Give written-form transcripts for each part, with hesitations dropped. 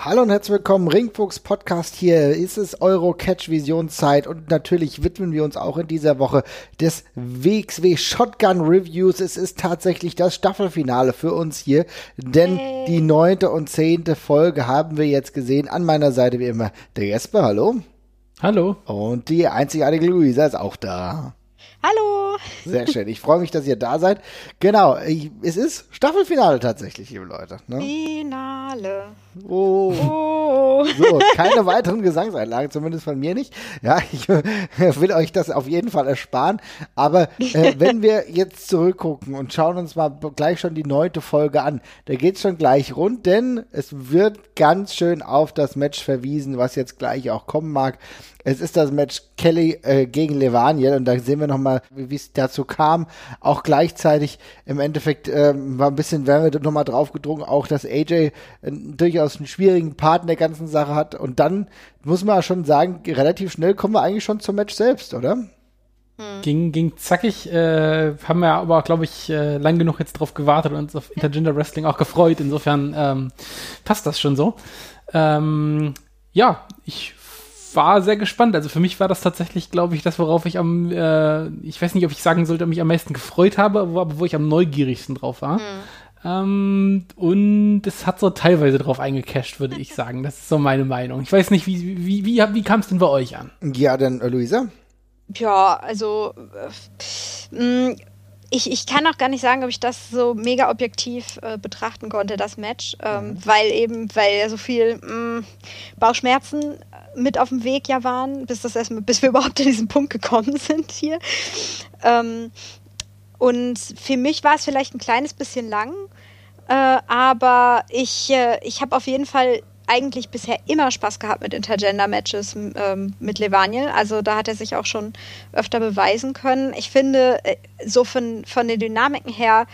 Hallo und herzlich willkommen, Ringfuchs Podcast. Hier ist es Euro-Catch-Vision-Zeit und natürlich widmen wir uns auch in dieser Woche des WXW Shotgun Reviews. Es ist tatsächlich das Staffelfinale für uns hier, denn die 9. und 10. Folge haben wir jetzt gesehen. An meiner Seite wie immer der Jesper, hallo. Hallo. Und die einzigartige Luisa ist auch da. Hallo. Sehr schön. Ich freue mich, dass ihr da seid. Genau, es ist Staffelfinale tatsächlich, liebe Leute. Ne? Finale. Oh. So, keine weiteren Gesangseinlagen, zumindest von mir nicht. Ja, ich will euch das auf jeden Fall ersparen. Aber wenn wir jetzt zurückgucken und schauen uns mal gleich schon die 9. Folge an, da geht's schon gleich rund, denn es wird ganz schön auf das Match verwiesen, was jetzt gleich auch kommen mag. Es ist das Match Kelly gegen Levaniel und da sehen wir nochmal, wie es dazu kam. Auch gleichzeitig im Endeffekt werden wir nochmal drauf gedrungen, auch dass AJ durchaus einen schwierigen Part in der ganzen Sache hat. Und dann muss man schon sagen, relativ schnell kommen wir eigentlich schon zum Match selbst, oder? Ging zackig, haben wir aber, glaube ich, lang genug jetzt drauf gewartet und uns auf Intergender Wrestling auch gefreut. Insofern passt das schon so. Ja, ich war sehr gespannt. Also für mich war das tatsächlich, glaube ich, das, worauf ich ich weiß nicht, ob ich sagen sollte, mich am meisten gefreut habe, aber wo ich am neugierigsten drauf war. Und es hat so teilweise drauf eingecasht, würde ich sagen. Das ist so meine Meinung. Ich weiß nicht, wie kam es denn bei euch an? Ja, dann Luisa? Ja, also ich kann auch gar nicht sagen, ob ich das so mega objektiv betrachten konnte, das Match, weil so viel Bauchschmerzen mit auf dem Weg ja waren, bis wir überhaupt an diesen Punkt gekommen sind hier. Und für mich war es vielleicht ein kleines bisschen lang, aber ich habe auf jeden Fall eigentlich bisher immer Spaß gehabt mit Intergender-Matches mit Levaniel. Also da hat er sich auch schon öfter beweisen können. Ich finde, so von den Dynamiken her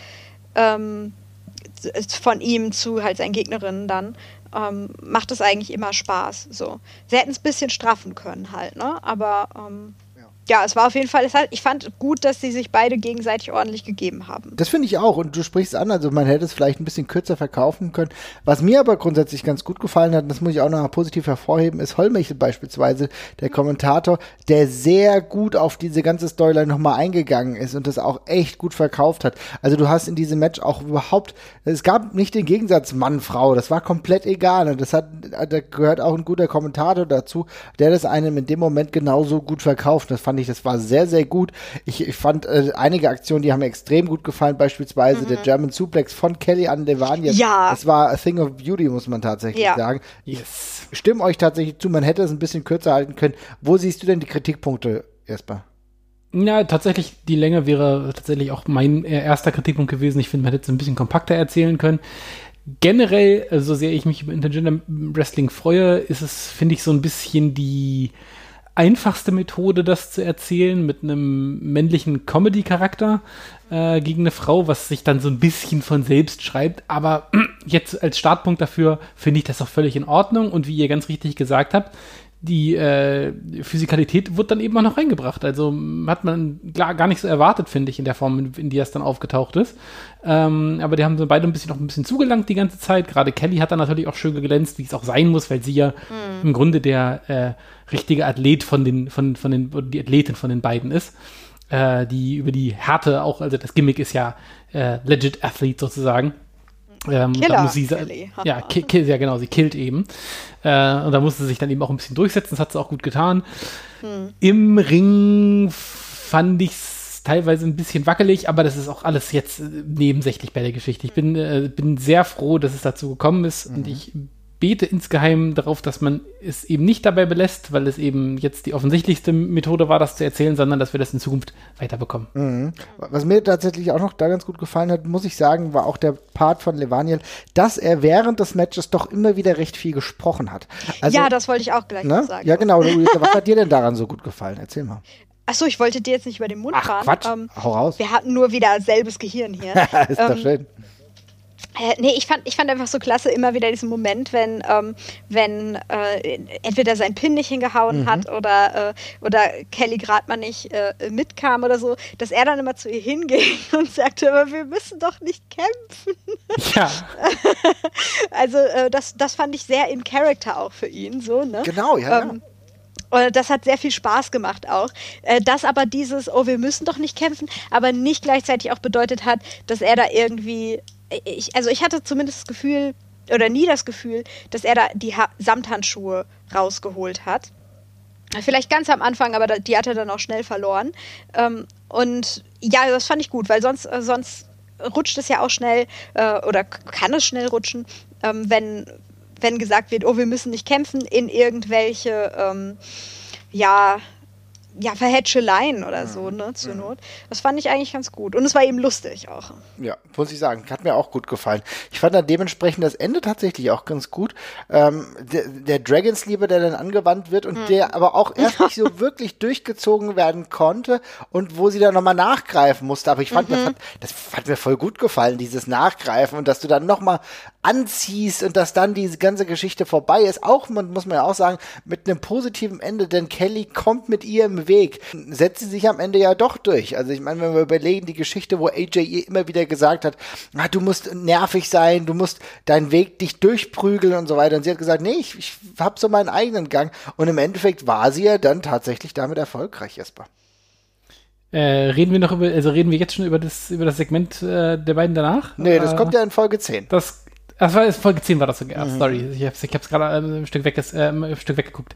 von ihm zu halt seinen Gegnerinnen dann, macht es eigentlich immer Spaß. So. Sie hätten es ein bisschen straffen können halt, ne? Aber ja, es war auf jeden Fall, ich fand gut, dass sie sich beide gegenseitig ordentlich gegeben haben. Das finde ich auch und du sprichst an, also man hätte es vielleicht ein bisschen kürzer verkaufen können. Was mir aber grundsätzlich ganz gut gefallen hat, und das muss ich auch noch mal positiv hervorheben, ist Hollmichel beispielsweise, der Kommentator, der sehr gut auf diese ganze Storyline nochmal eingegangen ist und das auch echt gut verkauft hat. Also du hast in diesem Match auch es gab nicht den Gegensatz Mann-Frau, das war komplett egal und da gehört auch ein guter Kommentator dazu, der das einem in dem Moment genauso gut verkauft. Das war sehr, sehr gut. Ich fand einige Aktionen, die haben mir extrem gut gefallen, beispielsweise der German Suplex von Kelly an Levaniel. Ja. Das war a thing of beauty, muss man tatsächlich sagen. Yes. Stimmt euch tatsächlich zu, man hätte es ein bisschen kürzer halten können. Wo siehst du denn die Kritikpunkte, Jesper? Ja, tatsächlich, die Länge wäre tatsächlich auch mein erster Kritikpunkt gewesen. Ich finde, man hätte es ein bisschen kompakter erzählen können. Generell, so sehr ich mich über Intergender Wrestling freue, ist es, finde ich, so ein bisschen die einfachste Methode, das zu erzählen, mit einem männlichen Comedy-Charakter gegen eine Frau, was sich dann so ein bisschen von selbst schreibt. Aber jetzt als Startpunkt dafür finde ich das auch völlig in Ordnung. Und wie ihr ganz richtig gesagt habt, die Physikalität wird dann eben auch noch reingebracht. Also hat man gar nicht so erwartet, finde ich, in der Form, in die es dann aufgetaucht ist. Aber die haben so beide noch ein bisschen zugelangt die ganze Zeit. Gerade Kelly hat dann natürlich auch schön geglänzt, wie es auch sein muss, weil sie ja im Grunde der richtige Athlet die Athletin von den beiden ist. Die über die Härte auch, also das Gimmick ist ja Legit Athlete sozusagen. Killer, da muss sie, Kelly. ja, ja, genau, sie killt eben. Und da musste sie sich dann eben auch ein bisschen durchsetzen, das hat sie auch gut getan. Im Ring fand ich es teilweise ein bisschen wackelig, aber das ist auch alles jetzt nebensächlich bei der Geschichte. Ich bin sehr froh, dass es dazu gekommen ist und ich bete insgeheim darauf, dass man es eben nicht dabei belässt, weil es eben jetzt die offensichtlichste Methode war, das zu erzählen, sondern dass wir das in Zukunft weiterbekommen. Mhm. Was mir tatsächlich auch noch da ganz gut gefallen hat, muss ich sagen, war auch der Part von Levaniel, dass er während des Matches doch immer wieder recht viel gesprochen hat. Also, ja, das wollte ich auch gleich sagen. Ja, genau. Was hat dir denn daran so gut gefallen? Erzähl mal. Achso, ich wollte dir jetzt nicht über den Mund fahren. Quatsch, hau raus. Wir hatten nur wieder selbes Gehirn hier. Ist doch schön. Nee, ich fand einfach so klasse immer wieder diesen Moment, wenn entweder sein Pin nicht hingehauen hat oder Kelly gerade mal nicht mitkam oder so, dass er dann immer zu ihr hinging und sagte, aber wir müssen doch nicht kämpfen. Ja. Also das fand ich sehr in Character auch für ihn, so, ne? Genau, ja. Und das hat sehr viel Spaß gemacht auch. Dass aber dieses, oh, wir müssen doch nicht kämpfen, aber nicht gleichzeitig auch bedeutet hat, dass er da irgendwie, ich hatte zumindest das Gefühl, oder nie das Gefühl, dass er da die Samthandschuhe rausgeholt hat. Vielleicht ganz am Anfang, aber die hat er dann auch schnell verloren. Und ja, das fand ich gut, weil sonst rutscht es ja auch schnell, oder kann es schnell rutschen, wenn gesagt wird, oh, wir müssen nicht kämpfen, in irgendwelche, Verhätscheleien oder so, ne, zur Not. Das fand ich eigentlich ganz gut. Und es war eben lustig auch. Ja, muss ich sagen. Hat mir auch gut gefallen. Ich fand dann dementsprechend das Ende tatsächlich auch ganz gut. Der Dragonsleeper, der dann angewandt wird und der aber auch erst nicht so wirklich durchgezogen werden konnte und wo sie dann nochmal nachgreifen musste. Aber ich fand, das hat mir voll gut gefallen, dieses Nachgreifen und dass du dann nochmal anziehst und dass dann diese ganze Geschichte vorbei ist. Auch, muss man ja auch sagen, mit einem positiven Ende, denn Kelly kommt mit ihr im Weg. Setzt sie sich am Ende ja doch durch. Also ich meine, wenn wir überlegen, die Geschichte, wo AJ ihr immer wieder gesagt hat, du musst nervig sein, du musst deinen Weg dich durchprügeln und so weiter. Und sie hat gesagt, nee, ich hab so meinen eigenen Gang. Und im Endeffekt war sie ja dann tatsächlich damit erfolgreich, Jesper. Reden wir jetzt schon über das Segment der beiden danach? Nee, das kommt ja in Folge 10. Das war Folge 10 war das sogar. Sorry, ich hab's gerade ein Stück weggeguckt.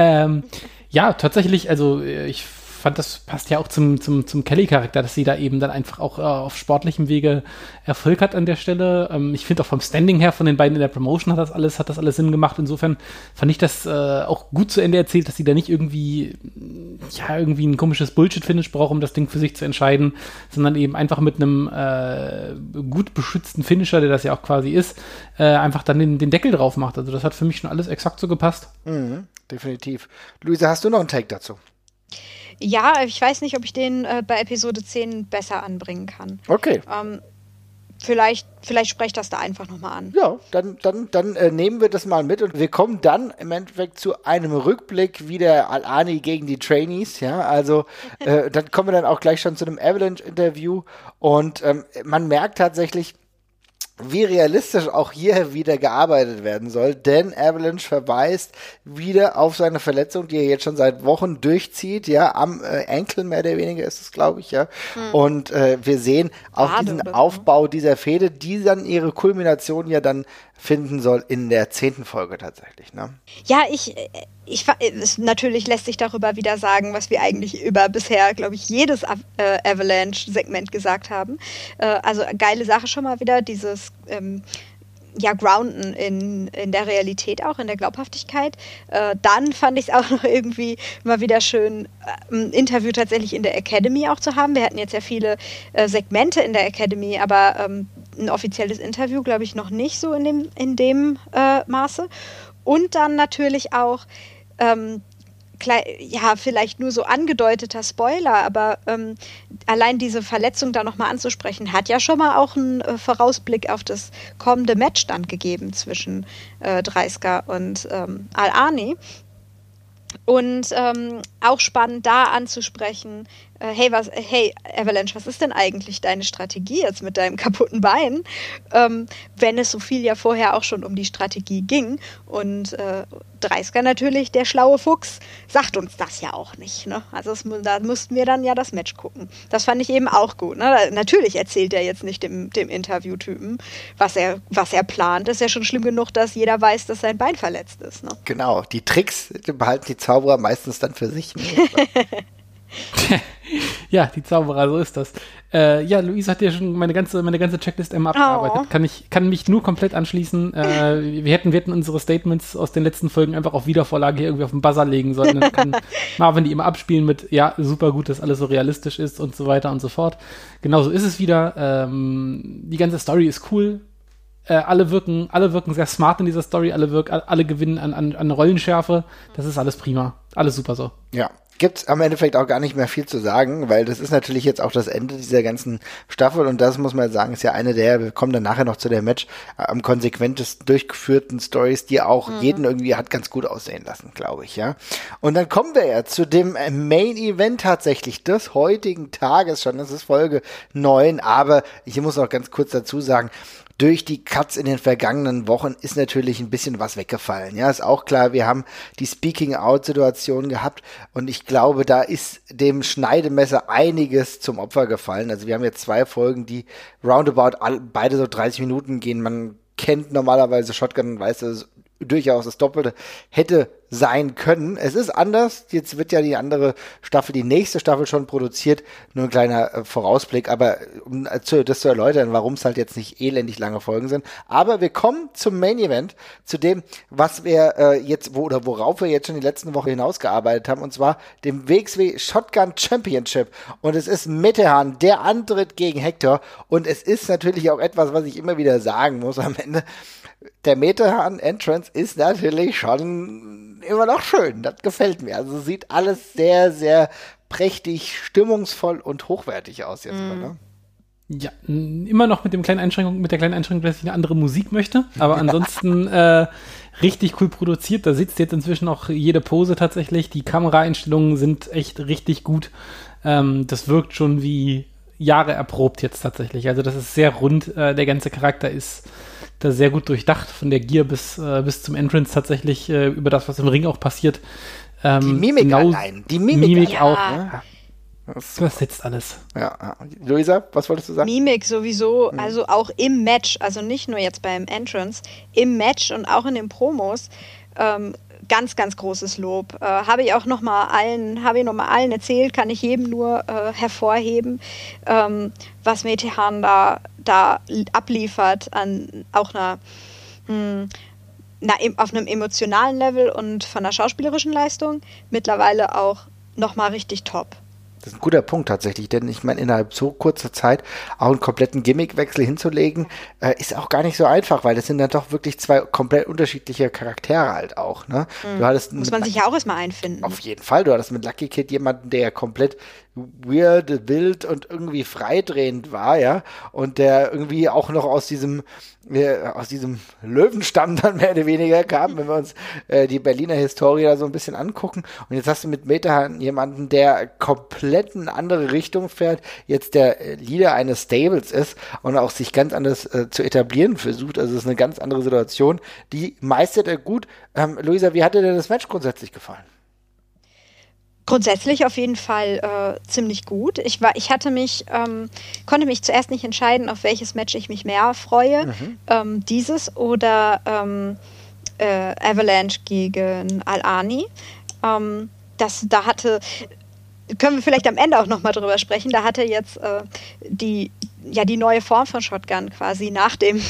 Ja, tatsächlich, also ich fand, das passt ja auch zum Kelly-Charakter, dass sie da eben dann einfach auch auf sportlichem Wege Erfolg hat an der Stelle. Ich finde auch vom Standing her von den beiden in der Promotion hat das alles Sinn gemacht. Insofern fand ich das auch gut zu Ende erzählt, dass sie da nicht irgendwie ein komisches Bullshit-Finish braucht, um das Ding für sich zu entscheiden, sondern eben einfach mit einem gut beschützten Finisher, der das ja auch quasi ist, einfach dann den Deckel drauf macht. Also das hat für mich schon alles exakt so gepasst. Definitiv. Luisa, hast du noch einen Take dazu? Ja, ich weiß nicht, ob ich den bei Episode 10 besser anbringen kann. Okay. Vielleicht spreche ich das da einfach nochmal an. Ja, dann nehmen wir das mal mit und wir kommen dann im Endeffekt zu einem Rückblick wieder Al-Ani gegen die Trainees, ja, also dann kommen wir dann auch gleich schon zu einem Avalanche-Interview und man merkt tatsächlich, wie realistisch auch hier wieder gearbeitet werden soll, denn Avalanche verweist wieder auf seine Verletzung, die er jetzt schon seit Wochen durchzieht, ja, am Ankle mehr oder weniger ist es, glaube ich, ja. Und wir sehen auch diesen Aufbau dieser Fehde, die dann ihre Kulmination ja dann finden soll in der 10. Folge tatsächlich, ne? Ja, natürlich lässt sich darüber wieder sagen, was wir eigentlich über bisher, glaube ich, jedes Avalanche-Segment gesagt haben. Also geile Sache schon mal wieder, dieses Grounden in der Realität auch, in der Glaubhaftigkeit. Dann fand ich es auch noch irgendwie mal wieder schön, ein Interview tatsächlich in der Academy auch zu haben. Wir hatten jetzt ja viele Segmente in der Academy, aber ein offizielles Interview, glaube ich, noch nicht so in dem Maße. Und dann natürlich auch vielleicht nur so angedeuteter Spoiler, aber allein diese Verletzung da nochmal anzusprechen, hat ja schon mal auch einen Vorausblick auf das kommende Match dann gegeben zwischen Dreisker und Al-Ani. Und auch spannend da anzusprechen, hey Avalanche, was ist denn eigentlich deine Strategie jetzt mit deinem kaputten Bein? Wenn es so viel ja vorher auch schon um die Strategie ging. Und Dreisker natürlich, der schlaue Fuchs, sagt uns das ja auch nicht. Ne? Also da mussten wir dann ja das Match gucken. Das fand ich eben auch gut. Ne? Natürlich erzählt er jetzt nicht dem Interviewtypen, was er plant. Das ist ja schon schlimm genug, dass jeder weiß, dass sein Bein verletzt ist. Ne? Genau, die Tricks behalten die Zauberer meistens dann für sich. Ne? Ja, die Zauberer, so ist das. Luisa hat ja schon meine ganze Checklist einmal abgearbeitet. Kann mich nur komplett anschließen. Wir hätten unsere Statements aus den letzten Folgen einfach auf Wiedervorlage hier irgendwie auf den Buzzer legen sollen. Dann kann Marvin die immer abspielen mit, ja, super gut, dass alles so realistisch ist und so weiter und so fort. Genauso ist es wieder. Die ganze Story ist cool. Alle wirken sehr smart in dieser Story. Alle gewinnen an Rollenschärfe. Das ist alles prima. Alles super so. Ja. Gibt's am Endeffekt auch gar nicht mehr viel zu sagen, weil das ist natürlich jetzt auch das Ende dieser ganzen Staffel und das muss man sagen, ist ja eine wir kommen dann nachher noch zu der Match, am konsequentesten durchgeführten Stories, die auch jeden irgendwie hat ganz gut aussehen lassen, glaube ich, ja. Und dann kommen wir ja zu dem Main Event tatsächlich des heutigen Tages schon, das ist Folge 9, aber ich muss auch ganz kurz dazu sagen, durch die Cuts in den vergangenen Wochen ist natürlich ein bisschen was weggefallen. Ja, ist auch klar, wir haben die Speaking-Out-Situation gehabt und ich glaube, da ist dem Schneidemesser einiges zum Opfer gefallen. Also wir haben jetzt 2 Folgen, die roundabout beide so 30 Minuten gehen. Man kennt normalerweise Shotgun und weiß, dass es durchaus das Doppelte hätte sein können. Es ist anders. Jetzt wird ja die nächste Staffel schon produziert. Nur ein kleiner Vorausblick, aber um das zu erläutern, warum es halt jetzt nicht elendig lange Folgen sind. Aber wir kommen zum Main Event, zu dem, was wir worauf wir jetzt schon die letzten Woche hinausgearbeitet haben, und zwar dem WXW Shotgun Championship. Und es ist Metehan, der antritt gegen Hector. Und es ist natürlich auch etwas, was ich immer wieder sagen muss am Ende. Der Metehan-Entrance ist natürlich schon immer noch schön. Das gefällt mir. Also sieht alles sehr, sehr prächtig, stimmungsvoll und hochwertig aus jetzt mal, ne? Ja, immer noch mit der kleinen Einschränkung, dass ich eine andere Musik möchte. Aber ansonsten richtig cool produziert. Da sitzt jetzt inzwischen auch jede Pose tatsächlich. Die Kameraeinstellungen sind echt richtig gut. Das wirkt schon wie Jahre erprobt jetzt tatsächlich. Also das ist sehr rund. Der ganze Charakter ist da sehr gut durchdacht, von der Gear bis zum Entrance tatsächlich, über das, was im Ring auch passiert. Die Mimik allein. Die Mimik auch. Ja. Das sitzt alles. Ja. Luisa, was wolltest du sagen? Mimik sowieso, also auch im Match, also nicht nur jetzt beim Entrance, im Match und auch in den Promos, ganz, ganz großes Lob. Habe ich nochmal allen erzählt, kann ich jedem nur hervorheben, was Metehan da abliefert an auch auf einem emotionalen Level und von der schauspielerischen Leistung mittlerweile auch nochmal richtig top. Das ist ein guter Punkt tatsächlich, denn ich meine, innerhalb so kurzer Zeit auch einen kompletten Gimmickwechsel hinzulegen, ist auch gar nicht so einfach, weil das sind dann doch wirklich 2 komplett unterschiedliche Charaktere halt auch, ne? Muss man sich ja auch erstmal einfinden. Auf jeden Fall, du hattest mit Lucky Kid jemanden, der komplett weird, wild und irgendwie freidrehend war, ja, und der irgendwie auch noch aus diesem Löwenstamm dann mehr oder weniger kam, wenn wir uns die Berliner Historie da so ein bisschen angucken. Und jetzt hast du mit Metehan jemanden, der komplett in eine andere Richtung fährt, jetzt der Leader eines Stables ist und auch sich ganz anders zu etablieren versucht. Also es ist eine ganz andere Situation. Die meistert er gut. Luisa, wie hat dir denn das Match grundsätzlich gefallen? Grundsätzlich auf jeden Fall ziemlich gut. Ich konnte mich zuerst nicht entscheiden, auf welches Match ich mich mehr freue. Dieses oder Avalanche gegen Al-Ani. Können wir vielleicht am Ende auch nochmal drüber sprechen. Da hatte jetzt die neue Form von Shotgun quasi nach dem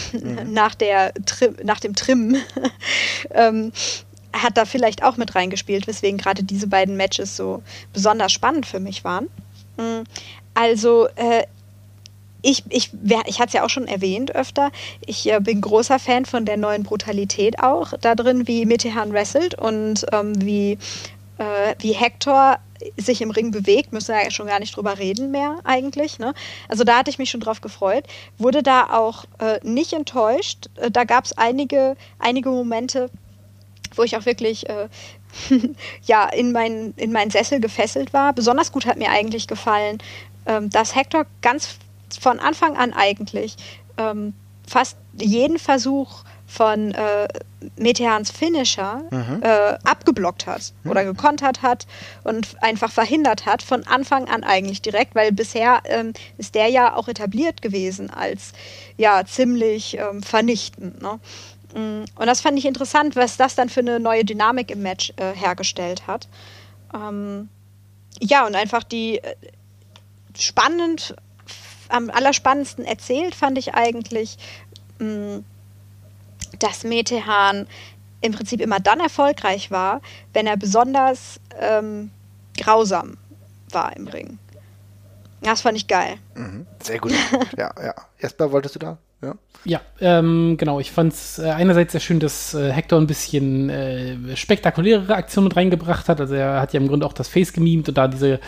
Trimmen hat da vielleicht auch mit reingespielt, weswegen gerade diese beiden Matches so besonders spannend für mich waren. Also ich hatte es ja auch schon erwähnt öfter, ich bin großer Fan von der neuen Brutalität auch da drin, wie Metehan wrestelt und wie Hector sich im Ring bewegt, müssen wir ja schon gar nicht drüber reden mehr eigentlich, ne? Also da hatte ich mich schon drauf gefreut, wurde da auch nicht enttäuscht, da gab es einige Momente, wo ich auch wirklich in meinen Sessel gefesselt war. Besonders gut hat mir eigentlich gefallen, dass Hector ganz von Anfang an eigentlich fast jeden Versuch von Metehans Finisher abgeblockt hat oder gekontert hat und einfach verhindert hat, von Anfang an eigentlich direkt, weil bisher ist der ja auch etabliert gewesen als ziemlich vernichtend, ne? Und das fand ich interessant, was das dann für eine neue Dynamik im Match hergestellt hat. Und einfach die am allerspannendsten erzählt fand ich eigentlich, dass Metehan im Prinzip immer dann erfolgreich war, wenn er besonders grausam war im Ring. Das fand ich geil. Sehr gut. Ja. Jesper, wolltest du da? Ja, genau. Ich fand es einerseits sehr schön, dass Hector ein bisschen spektakulärere Aktionen mit reingebracht hat. Also er hat ja im Grunde auch das Face gemimt und da diese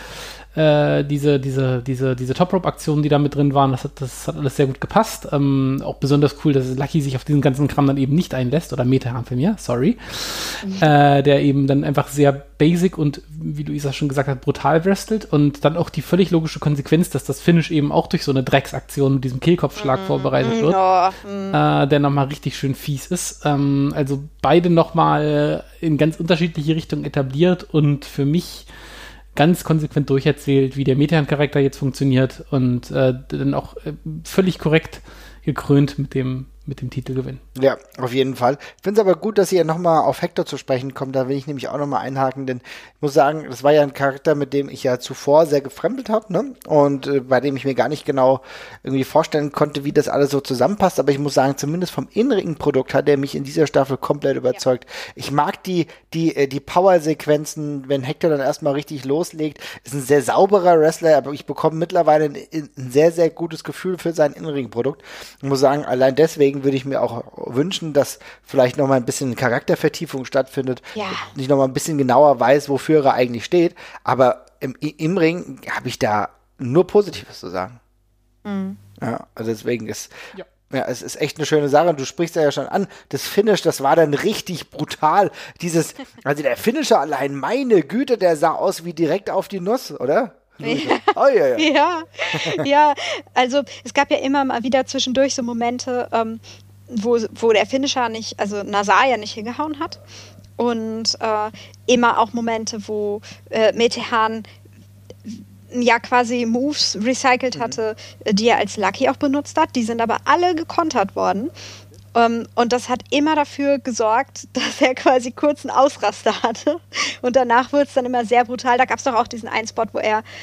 diese Top-Rope-Aktionen, die da mit drin waren, das hat alles sehr gut gepasst. Auch besonders cool, dass Lucky sich auf diesen ganzen Kram dann eben nicht einlässt, oder Metehan für mir, sorry. Der eben dann einfach sehr basic und, wie Luisa schon gesagt hat, brutal wrestelt und dann auch die völlig logische Konsequenz, dass das Finish eben auch durch so eine Drecksaktion mit diesem Kehlkopfschlag vorbereitet wird, der nochmal richtig schön fies ist. Also beide nochmal in ganz unterschiedliche Richtungen etabliert und für mich ganz konsequent durcherzählt, wie der Metehan-Charakter jetzt funktioniert und dann auch völlig korrekt gekrönt mit dem Titelgewinn. Ja, auf jeden Fall. Ich finde es aber gut, dass ihr nochmal auf Hector zu sprechen kommt. Da will ich nämlich auch nochmal einhaken, denn ich muss sagen, das war ja ein Charakter, mit dem ich ja zuvor sehr gefremdelt habe, ne? Und bei dem ich mir gar nicht genau irgendwie vorstellen konnte, wie das alles so zusammenpasst. Aber ich muss sagen, zumindest vom inneren Produkt hat er mich in dieser Staffel komplett überzeugt. Ja. Ich mag die Power-Sequenzen, wenn Hector dann erstmal richtig loslegt. Ist ein sehr sauberer Wrestler, aber ich bekomme mittlerweile ein sehr, sehr gutes Gefühl für sein inneren Produkt. Ich muss sagen, allein deswegen würde ich mir auch wünschen, dass vielleicht noch mal ein bisschen Charaktervertiefung stattfindet. Ja. Ich noch mal ein bisschen genauer weiß, wofür er eigentlich steht. Aber im Ring habe ich da nur Positives zu sagen. Mhm. Ja, also deswegen ist ja, es ist echt eine schöne Sache. Du sprichst ja schon an. Das Finish, das war dann richtig brutal. Also der Finisher allein, meine Güte, der sah aus wie direkt auf die Nuss, oder? Ja. Ja, also es gab ja immer mal wieder zwischendurch so Momente, wo der Finisher nicht, also Nazar ja nicht hingehauen hat. Und immer auch Momente, wo Metehan ja quasi Moves recycelt hatte, die er als Lucky auch benutzt hat. Die sind aber alle gekontert worden. Und das hat immer dafür gesorgt, dass er quasi kurz einen Ausraster hatte. Und danach wurde es dann immer sehr brutal. Da gab es doch auch diesen einen Spot, wo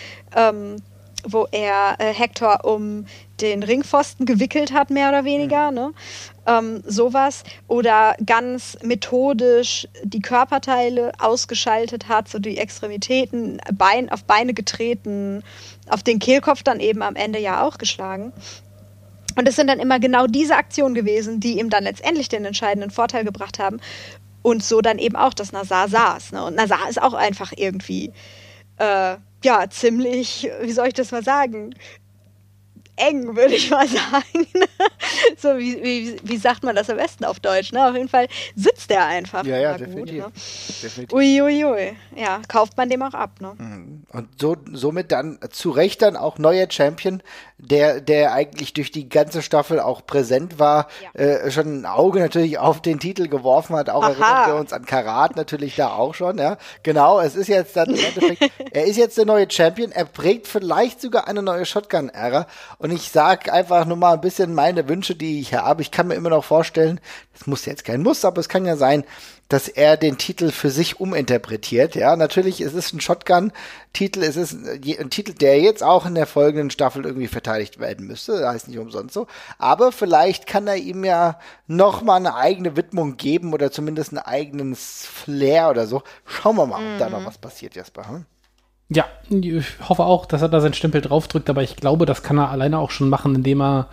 er Hector um den Ringpfosten gewickelt hat, mehr oder weniger. Ne? Sowas. Oder ganz methodisch die Körperteile ausgeschaltet hat, so die Extremitäten, auf Beine getreten, auf den Kehlkopf dann eben am Ende ja auch geschlagen. Und es sind dann immer genau diese Aktionen gewesen, die ihm dann letztendlich den entscheidenden Vorteil gebracht haben. Und so dann eben auch, dass Nazar saß. Ne? Und Nazar ist auch einfach irgendwie, ziemlich, wie soll ich das mal sagen, eng, würde ich mal sagen. So, wie sagt man das am besten auf Deutsch? Ne? Auf jeden Fall sitzt der einfach. Ja, definitiv. Gut, ne? Definitiv. Uiuiui. Ja, kauft man dem auch ab. Ne? Und somit dann zu Recht dann auch neuer Champion, der eigentlich durch die ganze Staffel auch präsent war, schon ein Auge natürlich auf den Titel geworfen hat. Auch erinnern wir uns an Karat natürlich da auch schon. Ja, genau. Es ist jetzt dann im Endeffekt, er ist jetzt der neue Champion. Er prägt vielleicht sogar eine neue Shotgun-Ära. Und ich sage einfach nur mal ein bisschen meine Wünsche, die ich habe. Ich kann mir immer noch vorstellen, das muss jetzt kein Muss, aber es kann ja sein, dass er den Titel für sich uminterpretiert. Ja, natürlich, es ist ein Shotgun-Titel, es ist ein Titel, der jetzt auch in der folgenden Staffel irgendwie verteidigt werden müsste. Das heißt nicht umsonst so. Aber vielleicht kann er ihm ja noch mal eine eigene Widmung geben oder zumindest einen eigenen Flair oder so. Schauen wir mal, ob da noch was passiert, Jasper. Hm? Ja, ich hoffe auch, dass er da seinen Stempel draufdrückt, aber ich glaube, das kann er alleine auch schon machen, indem er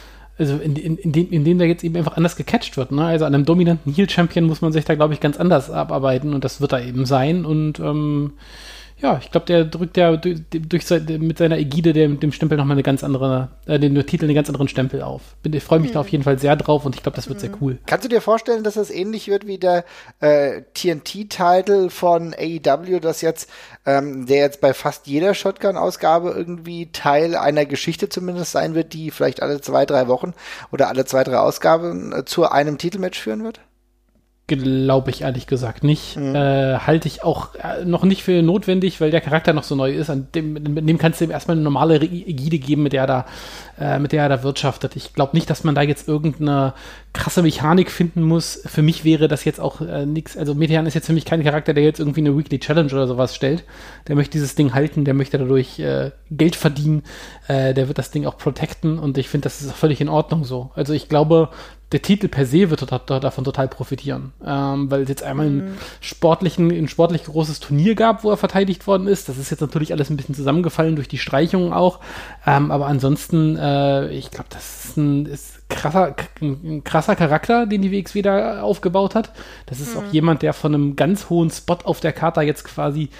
der jetzt eben einfach anders gecatcht wird. Ne? Also an einem dominanten Heel-Champion muss man sich da, glaube ich, ganz anders abarbeiten und das wird er eben sein und ich glaube, der drückt ja mit seiner Ägide dem Stempel nochmal dem Titel einen ganz anderen Stempel auf. Ich freue mich da auf jeden Fall sehr drauf und ich glaube, das wird sehr cool. Kannst du dir vorstellen, dass das ähnlich wird wie der TNT-Titel von AEW, der jetzt bei fast jeder Shotgun-Ausgabe irgendwie Teil einer Geschichte zumindest sein wird, die vielleicht alle 2-3 Wochen oder alle 2-3 Ausgaben zu einem Titelmatch führen wird? Glaube ich ehrlich gesagt nicht. Halte ich auch noch nicht für notwendig, weil der Charakter noch so neu ist. Mit dem kannst du ihm erstmal eine normale Ägide geben, mit der er da wirtschaftet. Ich glaube nicht, dass man da jetzt irgendeine krasse Mechanik finden muss. Für mich wäre das jetzt auch nichts. Also Metehan ist jetzt für mich kein Charakter, der jetzt irgendwie eine Weekly Challenge oder sowas stellt. Der möchte dieses Ding halten, der möchte dadurch Geld verdienen. Der wird das Ding auch protecten und ich finde, das ist auch völlig in Ordnung so. Also ich glaube, der Titel per se wird davon total profitieren, weil es jetzt einmal ein sportlich großes Turnier gab, wo er verteidigt worden ist. Das ist jetzt natürlich alles ein bisschen zusammengefallen durch die Streichungen auch, aber ansonsten, ich glaube, das ist ein krasser Charakter, den die WXW da aufgebaut hat. Das ist auch jemand, der von einem ganz hohen Spot auf der Karte jetzt quasi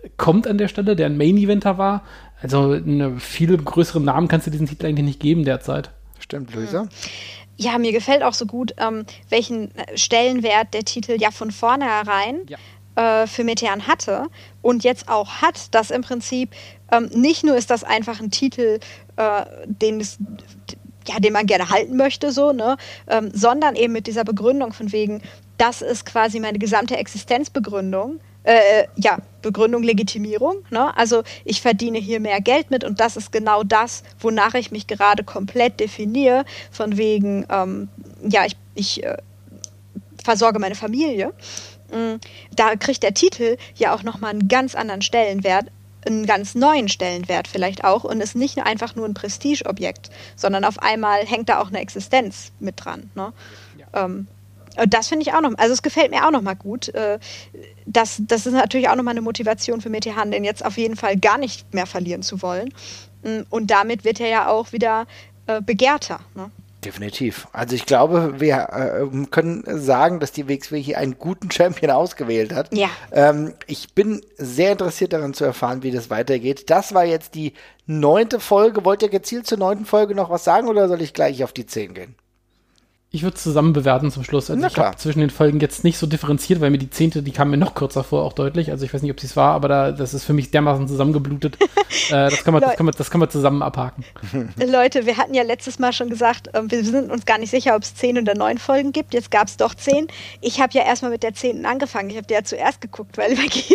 kommt an der Stelle, der ein Main-Eventer war. Also einen viel größeren Namen kannst du diesen Titel eigentlich nicht geben derzeit. Stimmt, Luisa? Ja, mir gefällt auch so gut, welchen Stellenwert der Titel ja von vornherein für Metean hatte und jetzt auch hat, dass im Prinzip nicht nur ist das einfach ein Titel, den man gerne halten möchte, so, ne, sondern eben mit dieser Begründung von wegen, das ist quasi meine gesamte Existenzbegründung, Begründung, Legitimierung, ne? Also ich verdiene hier mehr Geld mit und das ist genau das, wonach ich mich gerade komplett definiere, von wegen, ich versorge meine Familie. Da kriegt der Titel ja auch nochmal einen ganz anderen Stellenwert, einen ganz neuen Stellenwert vielleicht auch und ist nicht einfach nur ein Prestigeobjekt, sondern auf einmal hängt da auch eine Existenz mit dran, ne? Ja. Das finde ich auch noch, also es gefällt mir auch noch mal gut. Das ist natürlich auch noch mal eine Motivation für Metehan, den jetzt auf jeden Fall gar nicht mehr verlieren zu wollen. Und damit wird er ja auch wieder begehrter, ne? Definitiv. Also ich glaube, wir können sagen, dass die WXW hier einen guten Champion ausgewählt hat. Ja. Ich bin sehr interessiert daran zu erfahren, wie das weitergeht. Das war jetzt die 9. Folge. Wollt ihr gezielt zur 9. Folge noch was sagen oder soll ich gleich auf die 10 gehen? Ich würde es zusammen bewerten zum Schluss. Also ich habe zwischen den Folgen jetzt nicht so differenziert, weil mir die 10., die kam mir noch kürzer vor, auch deutlich. Also ich weiß nicht, ob sie es war, aber das ist für mich dermaßen zusammengeblutet. Das kann man zusammen abhaken. Leute, wir hatten ja letztes Mal schon gesagt, wir sind uns gar nicht sicher, ob es 10 oder 9 Folgen gibt. Jetzt gab es doch 10. Ich habe ja erstmal mit der 10. angefangen. Ich habe die ja zuerst geguckt, weil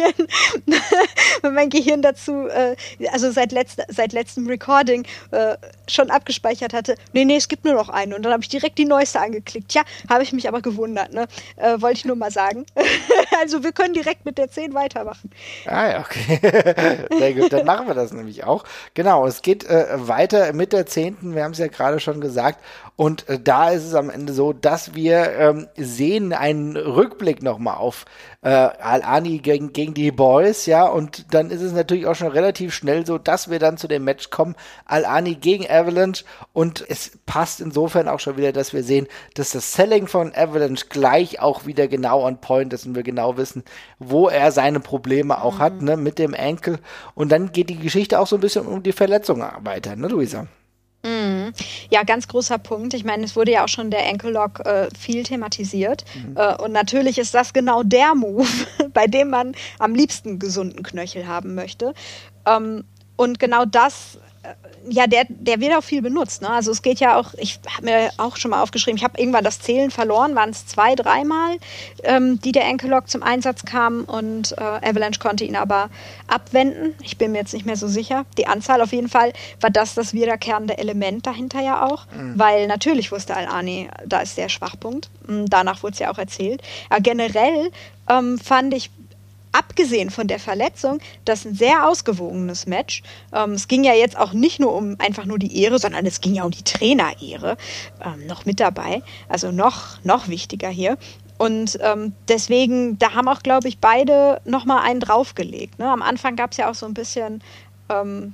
mein Gehirn dazu, also seit letztem Recording schon abgespeichert hatte. Nee, es gibt nur noch eine. Und dann habe ich direkt die neueste angeklickt. Ja, habe ich mich aber gewundert, ne? Wollte ich nur mal sagen. Also wir können direkt mit der 10 weitermachen. Ah ja, okay. Sehr gut, dann machen wir das nämlich auch. Genau, es geht weiter mit der 10. Wir haben es ja gerade schon gesagt. Und da ist es am Ende so, dass wir sehen einen Rückblick nochmal auf Al-Ani gegen die Boys, ja, und dann ist es natürlich auch schon relativ schnell so, dass wir dann zu dem Match kommen, Al-Ani gegen Avalanche, und es passt insofern auch schon wieder, dass wir sehen, dass das Selling von Avalanche gleich auch wieder genau on point ist und wir genau wissen, wo er seine Probleme auch hat, ne, mit dem Ankle, und dann geht die Geschichte auch so ein bisschen um die Verletzung weiter, ne, Luisa? Ja, ganz großer Punkt. Ich meine, es wurde ja auch schon der Ankle Lock viel thematisiert. Und natürlich ist das genau der Move, bei dem man am liebsten gesunden Knöchel haben möchte. Und genau das, der wird auch viel benutzt, ne? Also es geht ja auch, ich habe mir auch schon mal aufgeschrieben, ich habe irgendwann das Zählen verloren, waren es 2-3 Mal, die der Ankle Lock zum Einsatz kam und Avalanche konnte ihn aber abwenden. Ich bin mir jetzt nicht mehr so sicher. Die Anzahl auf jeden Fall war das wiederkehrende Element dahinter ja auch, weil natürlich wusste Al-Ani, da ist der Schwachpunkt. Danach wurde es ja auch erzählt. Aber generell fand ich, abgesehen von der Verletzung, das ist ein sehr ausgewogenes Match. Es ging ja jetzt auch nicht nur um einfach nur die Ehre, sondern es ging ja um die Trainerehre noch mit dabei. Also noch wichtiger hier. Und deswegen, da haben auch, glaube ich, beide nochmal einen draufgelegt. Ne? Am Anfang gab es ja auch so ein bisschen, ein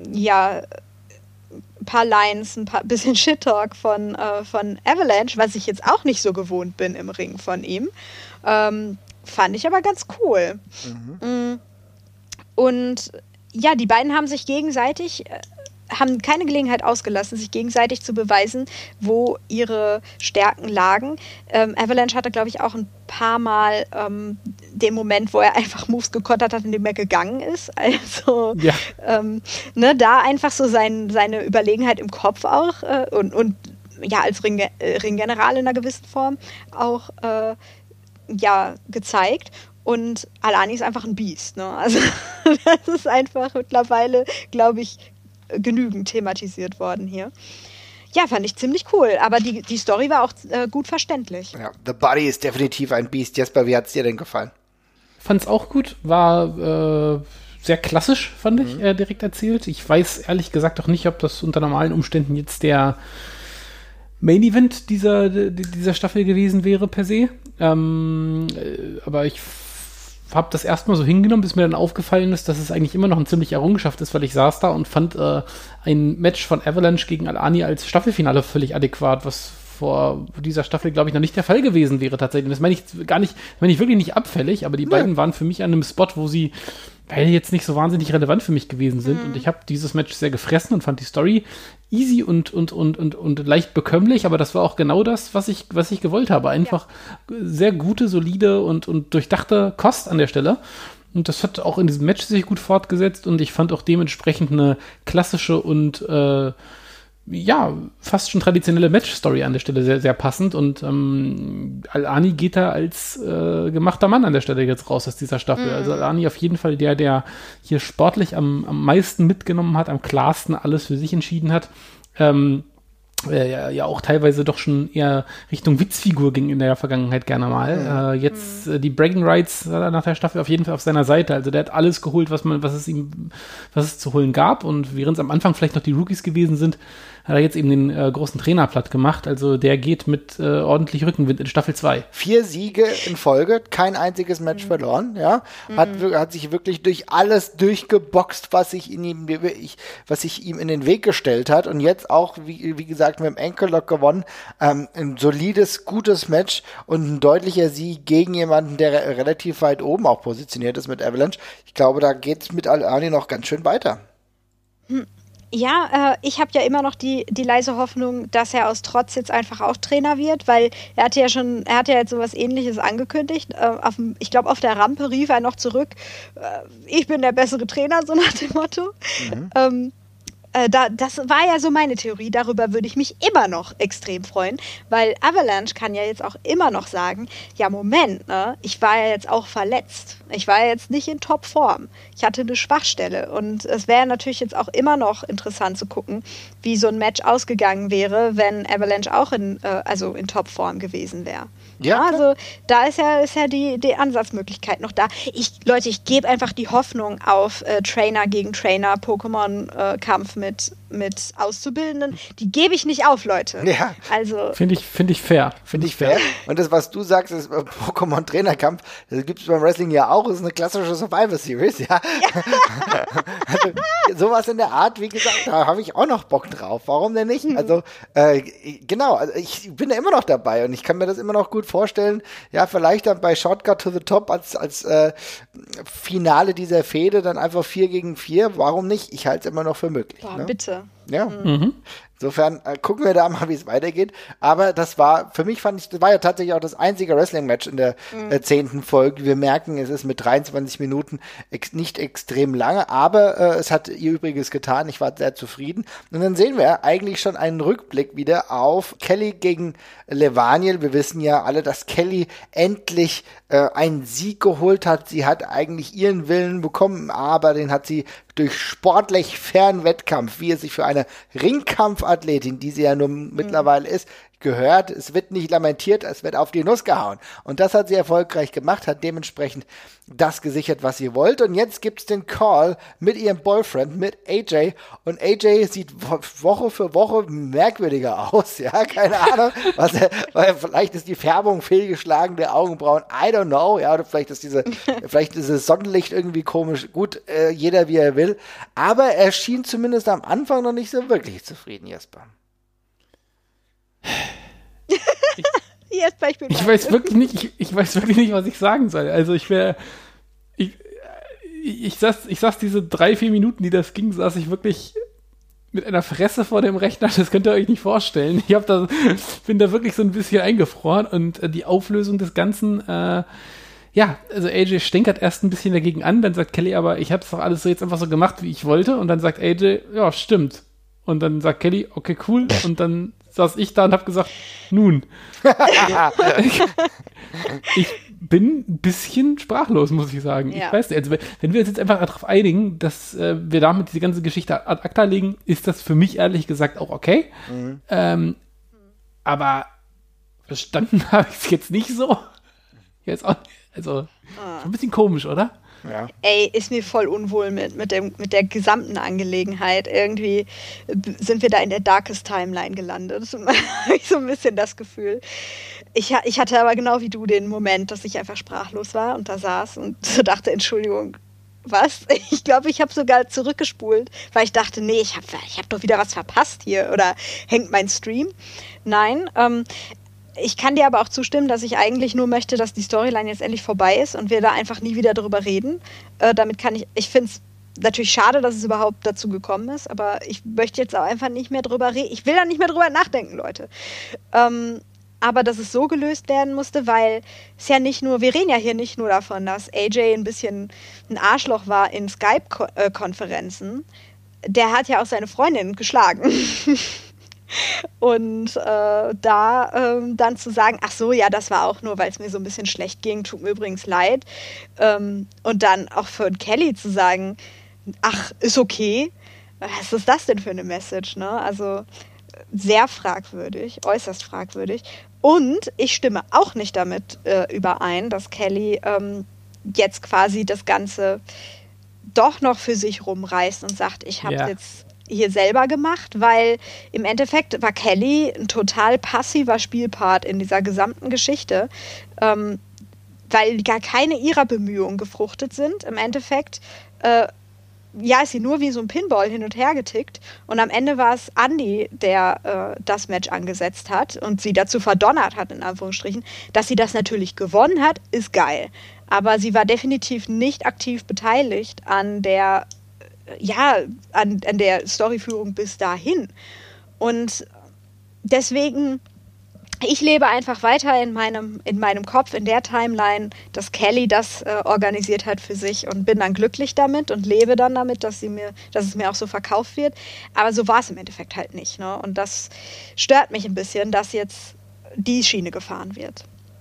paar Lines, bisschen Shit-Talk von Avalanche, was ich jetzt auch nicht so gewohnt bin im Ring von ihm. Fand ich aber ganz cool. Und ja, die beiden haben sich gegenseitig, haben keine Gelegenheit ausgelassen, sich gegenseitig zu beweisen, wo ihre Stärken lagen. Avalanche hatte, glaube ich, auch ein paar Mal den Moment, wo er einfach Moves gekontert hat, indem er gegangen ist. Also da einfach so seine Überlegenheit im Kopf auch und als Ringgeneral in einer gewissen Form auch gezeigt. Und Al-Ani ist einfach ein Biest. Ne? Also das ist einfach mittlerweile, glaube ich, genügend thematisiert worden hier. Ja, fand ich ziemlich cool. Aber die Story war auch gut verständlich. Ja, The Body ist definitiv ein Biest. Jesper, wie hat es dir denn gefallen? Fand's auch gut. War sehr klassisch, fand ich, direkt erzählt. Ich weiß ehrlich gesagt auch nicht, ob das unter normalen Umständen jetzt der Main Event dieser Staffel gewesen wäre per se. Aber ich habe das erstmal so hingenommen, bis mir dann aufgefallen ist, dass es eigentlich immer noch eine ziemliche Errungenschaft ist, weil ich saß da und fand ein Match von Avalanche gegen Al-Ani als Staffelfinale völlig adäquat, was vor dieser Staffel, glaube ich, noch nicht der Fall gewesen wäre tatsächlich. Das meine ich wirklich nicht abfällig, aber die beiden waren für mich an einem Spot, wo sie weil die jetzt nicht so wahnsinnig relevant für mich gewesen sind. Und ich habe dieses Match sehr gefressen und fand die Story easy und leicht bekömmlich, aber das war auch genau das, was ich gewollt habe. Einfach sehr gute, solide und durchdachte Kost an der Stelle. Und das hat auch in diesem Match sich gut fortgesetzt und ich fand auch dementsprechend eine klassische und fast schon traditionelle Match-Story an der Stelle sehr, sehr passend und Al-Ani geht da als gemachter Mann an der Stelle jetzt raus aus dieser Staffel. Also Al-Ani auf jeden Fall der hier sportlich am meisten mitgenommen hat, am klarsten alles für sich entschieden hat. Auch teilweise doch schon eher Richtung Witzfigur ging in der Vergangenheit gerne mal. Jetzt die Bragging Rights nach der Staffel auf jeden Fall auf seiner Seite. Also der hat alles geholt, was es zu holen gab. Und während es am Anfang vielleicht noch die Rookies gewesen sind, hat er jetzt eben den großen Trainer platt gemacht. Also der geht mit ordentlich Rückenwind in Staffel 2. 4 Siege in Folge, kein einziges Match verloren, ja. Hat sich wirklich durch alles durchgeboxt, was sich ihm in den Weg gestellt hat. Und jetzt auch, wie gesagt, mit dem Ankle-Lock gewonnen. Ein solides, gutes Match und ein deutlicher Sieg gegen jemanden, der relativ weit oben auch positioniert ist mit Avalanche. Ich glaube, da geht es mit Al-Ani noch ganz schön weiter. Ja, ich habe ja immer noch die leise Hoffnung, dass er aus Trotz jetzt einfach auch Trainer wird, weil er hat ja jetzt sowas Ähnliches angekündigt. Ich glaube, auf der Rampe rief er noch zurück, ich bin der bessere Trainer, so nach dem Motto. Das war ja so meine Theorie, darüber würde ich mich immer noch extrem freuen, weil Avalanche kann ja jetzt auch immer noch sagen, ja Moment, ne, ich war ja jetzt auch verletzt, ich war ja jetzt nicht in Topform, ich hatte eine Schwachstelle und es wäre natürlich jetzt auch immer noch interessant zu gucken, wie so ein Match ausgegangen wäre, wenn Avalanche auch in Topform gewesen wäre. Ja, also da ist ja die Ansatzmöglichkeit noch da. Ich gebe einfach die Hoffnung auf Trainer gegen Trainer, Pokémon-Kampf mit Auszubildenden. Die gebe ich nicht auf, Leute. Ja. Also Finde ich fair. Und das, was du sagst, ist Pokémon-Trainerkampf, das gibt es beim Wrestling ja auch, das ist eine klassische Survivor-Series, ja. Also, sowas in der Art, wie gesagt, da habe ich auch noch Bock drauf. Warum denn nicht? Also, ich bin da immer noch dabei und ich kann mir das immer noch gut vorstellen, ja, vielleicht dann bei Shortcut to the Top als Finale dieser Fehde dann einfach 4 gegen 4. Warum nicht? Ich halte es immer noch für möglich. Boah, bitte. Ja. Insofern gucken wir da mal, wie es weitergeht. Aber das war ja tatsächlich auch das einzige Wrestling-Match in der 10. Folge. Wir merken, es ist mit 23 Minuten nicht extrem lange, aber es hat ihr Übriges getan. Ich war sehr zufrieden. Und dann sehen wir eigentlich schon einen Rückblick wieder auf Kelly gegen Levaniel. Wir wissen ja alle, dass Kelly endlich einen Sieg geholt hat. Sie hat eigentlich ihren Willen bekommen, aber den hat sie durch sportlich fairen Wettkampf, wie es sich für eine Ringkampfathletin, die sie ja nun mittlerweile ist, gehört. Es wird nicht lamentiert, es wird auf die Nuss gehauen. Und das hat sie erfolgreich gemacht, hat dementsprechend das gesichert, was sie wollte. Und jetzt gibt's den Call mit ihrem Boyfriend, mit AJ. Und AJ sieht Woche für Woche merkwürdiger aus. Ja, keine Ahnung. Weil vielleicht ist die Färbung fehlgeschlagen der Augenbrauen. I don't know. Ja, oder vielleicht ist dieses Sonnenlicht irgendwie komisch. Gut, jeder wie er will. Aber er schien zumindest am Anfang noch nicht so wirklich zufrieden, Jesper. Ich weiß wirklich nicht, was ich sagen soll. Also ich saß diese 3-4 Minuten, die das ging, saß ich wirklich mit einer Fresse vor dem Rechner. Das könnt ihr euch nicht vorstellen. Bin da wirklich so ein bisschen eingefroren und die Auflösung des Ganzen, also AJ stänkert erst ein bisschen dagegen an, dann sagt Kelly, aber ich habe es doch alles so jetzt einfach so gemacht, wie ich wollte. Und dann sagt AJ, ja, stimmt. Und dann sagt Kelly, okay, cool. Und dann saß ich da und habe gesagt, nun. Ich bin ein bisschen sprachlos, muss ich sagen. Ja. Ich weiß nicht, also wenn wir uns jetzt einfach darauf einigen, dass wir damit diese ganze Geschichte ad acta legen, ist das für mich ehrlich gesagt auch okay. Aber verstanden habe ich es jetzt nicht so. Jetzt auch, also schon ein bisschen komisch, oder? Ja. Ey, ist mir voll unwohl mit der gesamten Angelegenheit. Irgendwie sind wir da in der Darkest Timeline gelandet. Das habe ich so ein bisschen das Gefühl. Ich hatte aber genau wie du den Moment, dass ich einfach sprachlos war und da saß und so dachte, Entschuldigung, was? Ich glaube, ich habe sogar zurückgespult, weil ich dachte, nee, ich hab doch wieder was verpasst hier oder hängt mein Stream? Nein, ich kann dir aber auch zustimmen, dass ich eigentlich nur möchte, dass die Storyline jetzt endlich vorbei ist und wir da einfach nie wieder drüber reden. Damit kann ich finde es natürlich schade, dass es überhaupt dazu gekommen ist, aber ich möchte jetzt auch einfach nicht mehr drüber reden. Ich will da nicht mehr drüber nachdenken, Leute. Aber dass es so gelöst werden musste, weil es ja nicht nur, wir reden ja hier nicht nur davon, dass AJ ein bisschen ein Arschloch war in Skype-Konferenzen. Der hat ja auch seine Freundin geschlagen. Und dann zu sagen, ach so, ja, das war auch nur, weil es mir so ein bisschen schlecht ging, tut mir übrigens leid. Und dann auch für Kelly zu sagen, ach, ist okay. Was ist das denn für eine Message, ne? Also sehr fragwürdig, äußerst fragwürdig. Und ich stimme auch nicht damit überein, dass Kelly jetzt quasi das Ganze doch noch für sich rumreißt und sagt, ich habe es jetzt hier selber gemacht, weil im Endeffekt war Kelly ein total passiver Spielpart in dieser gesamten Geschichte, weil gar keine ihrer Bemühungen gefruchtet sind. Im Endeffekt ist sie nur wie so ein Pinball hin und her getickt und am Ende war es Andy, der das Match angesetzt hat und sie dazu verdonnert hat, in Anführungsstrichen. Dass sie das natürlich gewonnen hat, ist geil. Aber sie war definitiv nicht aktiv beteiligt an der an der Storyführung bis dahin. Und deswegen, ich lebe einfach weiter in meinem Kopf, in der Timeline, dass Kelly das organisiert hat für sich und bin dann glücklich damit und lebe dann damit, dass es mir auch so verkauft wird. Aber so war es im Endeffekt halt nicht, ne? Und das stört mich ein bisschen, dass jetzt die Schiene gefahren wird.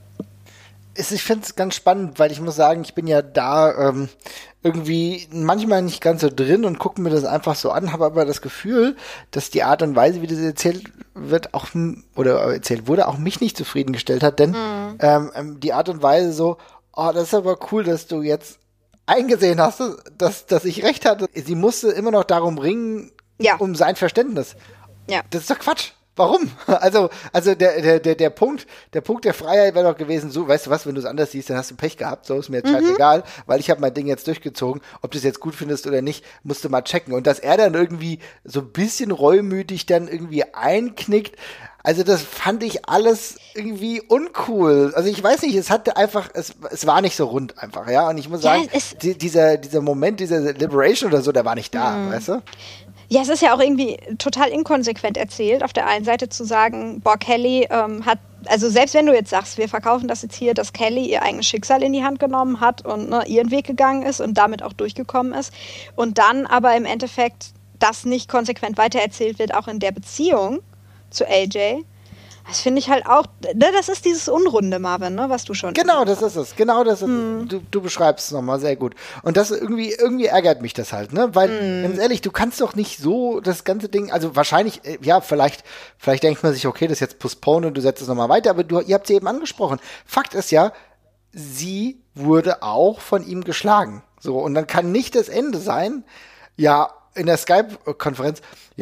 Ich finde es ganz spannend, weil ich muss sagen, ich bin ja da irgendwie manchmal nicht ganz so drin und gucke mir das einfach so an, habe aber das Gefühl, dass die Art und Weise, wie das erzählt wird, erzählt wurde, auch mich nicht zufriedengestellt hat, denn die Art und Weise so, oh, das ist aber cool, dass du jetzt eingesehen hast, dass ich recht hatte. Sie musste immer noch darum ringen, um sein Verständnis. Ja. Das ist doch Quatsch. Warum? Also der Punkt der Freiheit wäre doch gewesen, so, weißt du was, wenn du es anders siehst, dann hast du Pech gehabt, so ist mir jetzt scheißegal, weil ich habe mein Ding jetzt durchgezogen, ob du es jetzt gut findest oder nicht, musst du mal checken. Und dass er dann irgendwie so ein bisschen reumütig dann irgendwie einknickt, also das fand ich alles irgendwie uncool. Also ich weiß nicht, es war nicht so rund einfach, ja. Und ich muss sagen, dieser Moment, dieser Liberation oder so, der war nicht da, weißt du? Ja, es ist ja auch irgendwie total inkonsequent erzählt, auf der einen Seite zu sagen, boah, Kelly hat, also selbst wenn du jetzt sagst, wir verkaufen das jetzt hier, dass Kelly ihr eigenes Schicksal in die Hand genommen hat und ihren Weg gegangen ist und damit auch durchgekommen ist und dann aber im Endeffekt das nicht konsequent weitererzählt wird, auch in der Beziehung zu AJ, das finde ich halt auch, das ist dieses Unrunde, Marvin, ne, was du schon... Genau, das ist es. Du beschreibst es nochmal sehr gut. Und das irgendwie ärgert mich das halt, ne, weil, ganz ehrlich, du kannst doch nicht so das ganze Ding, also wahrscheinlich, vielleicht denkt man sich, okay, das ist jetzt postpone und du setzt es nochmal weiter, aber ihr habt sie eben angesprochen. Fakt ist ja, sie wurde auch von ihm geschlagen. So, und dann kann nicht das Ende sein, in der Skype-Konferenz,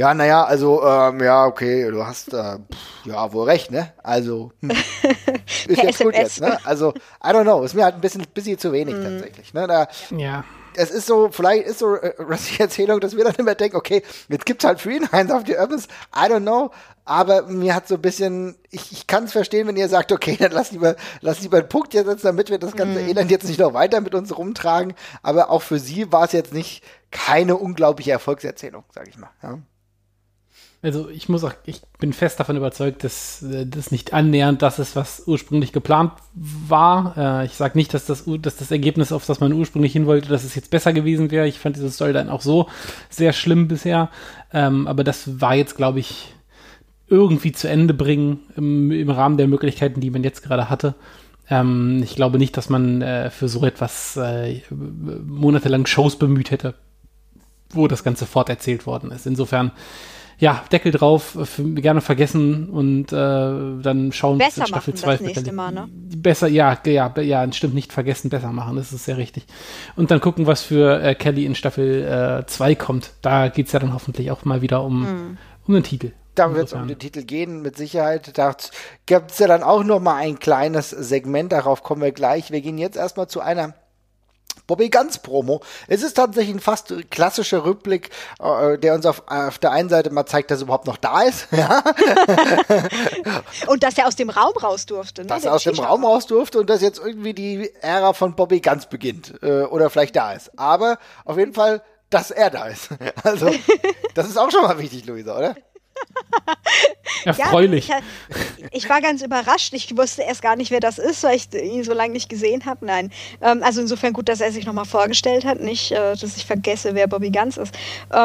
okay, du hast wohl recht, ne? Also, ist jetzt gut jetzt, ne? Also, I don't know, ist mir halt ein bisschen zu wenig tatsächlich, ne? Es ist so, vielleicht ist so die Erzählung, dass wir dann immer denken, okay, jetzt gibt's halt für ihn eins auf die Urbans, I don't know, aber mir hat so ein bisschen, ich kann es verstehen, wenn ihr sagt, okay, dann lass lieber einen Punkt hier setzen, damit wir das ganze Elend jetzt nicht noch weiter mit uns rumtragen, aber auch für sie war es jetzt nicht keine unglaubliche Erfolgserzählung, sag ich mal, ja. Also ich bin fest davon überzeugt, dass das nicht annähernd das ist, was ursprünglich geplant war. Ich sage nicht, dass das Ergebnis, auf das man ursprünglich hin wollte, dass es jetzt besser gewesen wäre. Ich fand diese Story dann auch so sehr schlimm bisher. Aber das war jetzt, glaube ich, irgendwie zu Ende bringen im Rahmen der Möglichkeiten, die man jetzt gerade hatte. Ich glaube nicht, dass man für so etwas monatelang Shows bemüht hätte, wo das Ganze forterzählt worden ist. Insofern Deckel drauf, gerne vergessen und dann schauen wir in Staffel 2. Besser machen das nächste Mal, ne? Besser, stimmt, nicht vergessen, besser machen, das ist sehr richtig. Und dann gucken, was für Kelly in Staffel 2 kommt. Da geht es ja dann hoffentlich auch mal wieder um den Titel. Da wird es um den Titel gehen, mit Sicherheit. Da gibt es ja dann auch noch mal ein kleines Segment, darauf kommen wir gleich. Wir gehen jetzt erstmal zu einer Bobby Guns Promo. Es ist tatsächlich ein fast klassischer Rückblick, der uns auf der einen Seite mal zeigt, dass er überhaupt noch da ist. Ja. Und dass er aus dem Raum raus durfte. Ne? Dass er aus dem Raum raus durfte und dass jetzt irgendwie die Ära von Bobby Guns beginnt. Oder vielleicht da ist. Aber auf jeden Fall, dass er da ist. Also, das ist auch schon mal wichtig, Luisa, oder? Erfreulich. Ja, ich war ganz überrascht. Ich wusste erst gar nicht, wer das ist, weil ich ihn so lange nicht gesehen habe. Nein. Also insofern gut, dass er sich nochmal vorgestellt hat. Nicht, dass ich vergesse, wer Bobby Guns ist.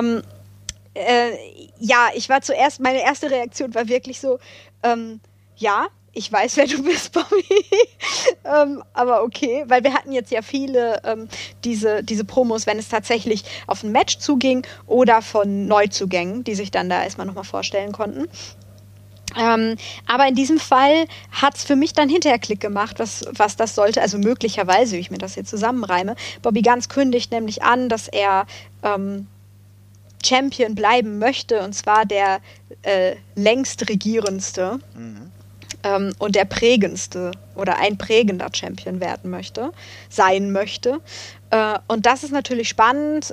Ja, ich war zuerst, meine erste Reaktion war wirklich so, ja, ich weiß, wer du bist, Bobby. Aber okay, weil wir hatten jetzt ja viele diese Promos, wenn es tatsächlich auf ein Match zuging oder von Neuzugängen, die sich dann da erstmal nochmal vorstellen konnten. Aber in diesem Fall hat es für mich dann hinterher Klick gemacht, was das sollte. Also möglicherweise, wie ich mir das jetzt zusammenreime. Bobby Guns kündigt nämlich an, dass er Champion bleiben möchte, und zwar der längst regierendste. Und der prägendste oder ein prägender Champion sein möchte. Und das ist natürlich spannend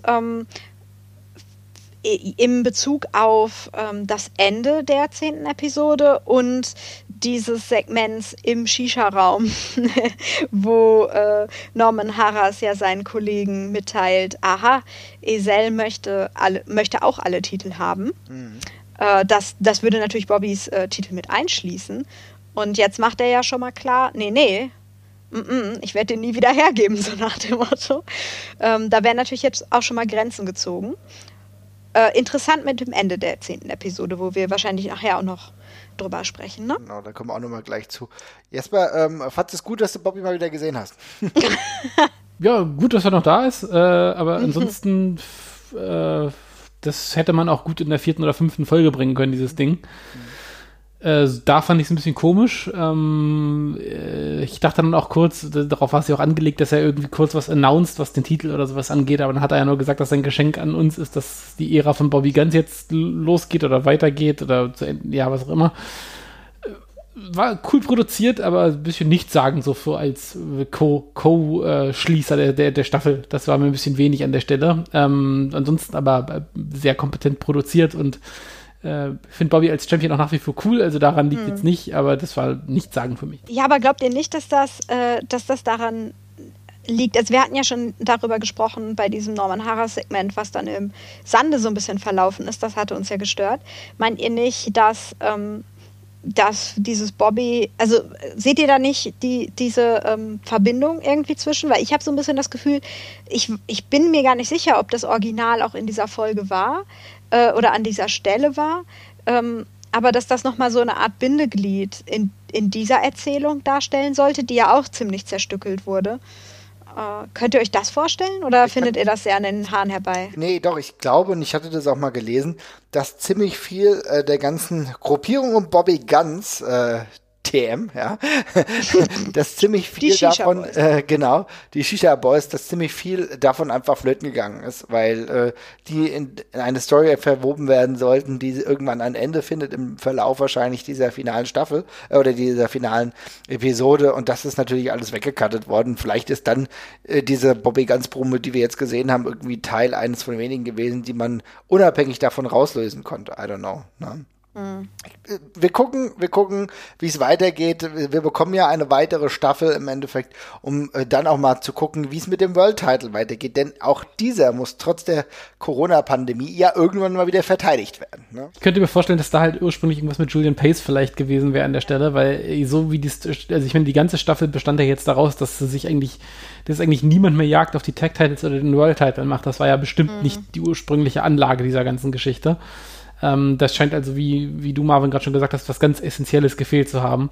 im Bezug auf das Ende der 10. Episode und dieses Segments im Shisha-Raum, wo Norman Harras ja seinen Kollegen mitteilt, aha, Ezell möchte auch alle Titel haben. Das würde natürlich Bobbys Titel mit einschließen. Und jetzt macht er ja schon mal klar, nee, ich werde den nie wieder hergeben, so nach dem Motto. Da werden natürlich jetzt auch schon mal Grenzen gezogen. Interessant mit dem Ende der 10. Episode, wo wir wahrscheinlich nachher auch noch drüber sprechen, ne? Genau, da kommen wir auch nochmal gleich zu. Jesper, fandest es gut, dass du Bobby mal wieder gesehen hast? Ja, gut, dass er noch da ist, aber ansonsten das hätte man auch gut in der 4. oder 5. Folge bringen können, dieses Ding. Da fand ich es ein bisschen komisch. Ich dachte dann auch kurz, darauf war es ja auch angelegt, dass er irgendwie kurz was announced, was den Titel oder sowas angeht, aber dann hat er ja nur gesagt, dass sein Geschenk an uns ist, dass die Ära von Bobby Guns jetzt losgeht oder weitergeht oder ja, was auch immer. War cool produziert, aber ein bisschen nichtssagend so für als Co-Schließer der Staffel. Das war mir ein bisschen wenig an der Stelle. Ansonsten aber sehr kompetent produziert und finde Bobby als Champion auch nach wie vor cool, also daran liegt jetzt nicht, aber das war nichtssagend für mich. Ja, aber glaubt ihr nicht, dass das daran liegt? Also wir hatten ja schon darüber gesprochen bei diesem Norman Harras-Segment, was dann im Sande so ein bisschen verlaufen ist, das hatte uns ja gestört. Meint ihr nicht, dass dieses Bobby, also seht ihr da nicht diese Verbindung irgendwie zwischen? Weil ich habe so ein bisschen das Gefühl, ich bin mir gar nicht sicher, ob das Original auch in dieser Folge war oder an dieser Stelle war, aber dass das nochmal so eine Art Bindeglied in dieser Erzählung darstellen sollte, die ja auch ziemlich zerstückelt wurde. Könnt ihr euch das vorstellen oder findet ihr das sehr an den Haaren herbei? Nee, doch, ich glaube, und ich hatte das auch mal gelesen, dass ziemlich viel der ganzen Gruppierung um Bobby Guns, TM, ja, dass ziemlich viel davon, genau, die Shisha Boys, dass ziemlich viel davon einfach flöten gegangen ist, weil die in eine Story verwoben werden sollten, die irgendwann ein Ende findet im Verlauf wahrscheinlich dieser finalen Staffel oder dieser finalen Episode, und das ist natürlich alles weggecuttet worden. Vielleicht ist dann diese Bobby Guns Promo, die wir jetzt gesehen haben, irgendwie Teil eines von wenigen gewesen, die man unabhängig davon rauslösen konnte. I don't know. Ne? Wir gucken, wie es weitergeht. Wir bekommen ja eine weitere Staffel im Endeffekt, um dann auch mal zu gucken, wie es mit dem World Title weitergeht. Denn auch dieser muss trotz der Corona-Pandemie ja irgendwann mal wieder verteidigt werden. Ne? Ich könnte mir vorstellen, dass da halt ursprünglich irgendwas mit Julian Pace vielleicht gewesen wäre an der Stelle, weil so wie also ich meine, die ganze Staffel bestand ja jetzt daraus, dass eigentlich niemand mehr Jagd auf die Tag-Titles oder den World Title macht. Das war ja bestimmt nicht die ursprüngliche Anlage dieser ganzen Geschichte. Das scheint also, wie du, Marvin, gerade schon gesagt hast, was ganz Essentielles gefehlt zu haben.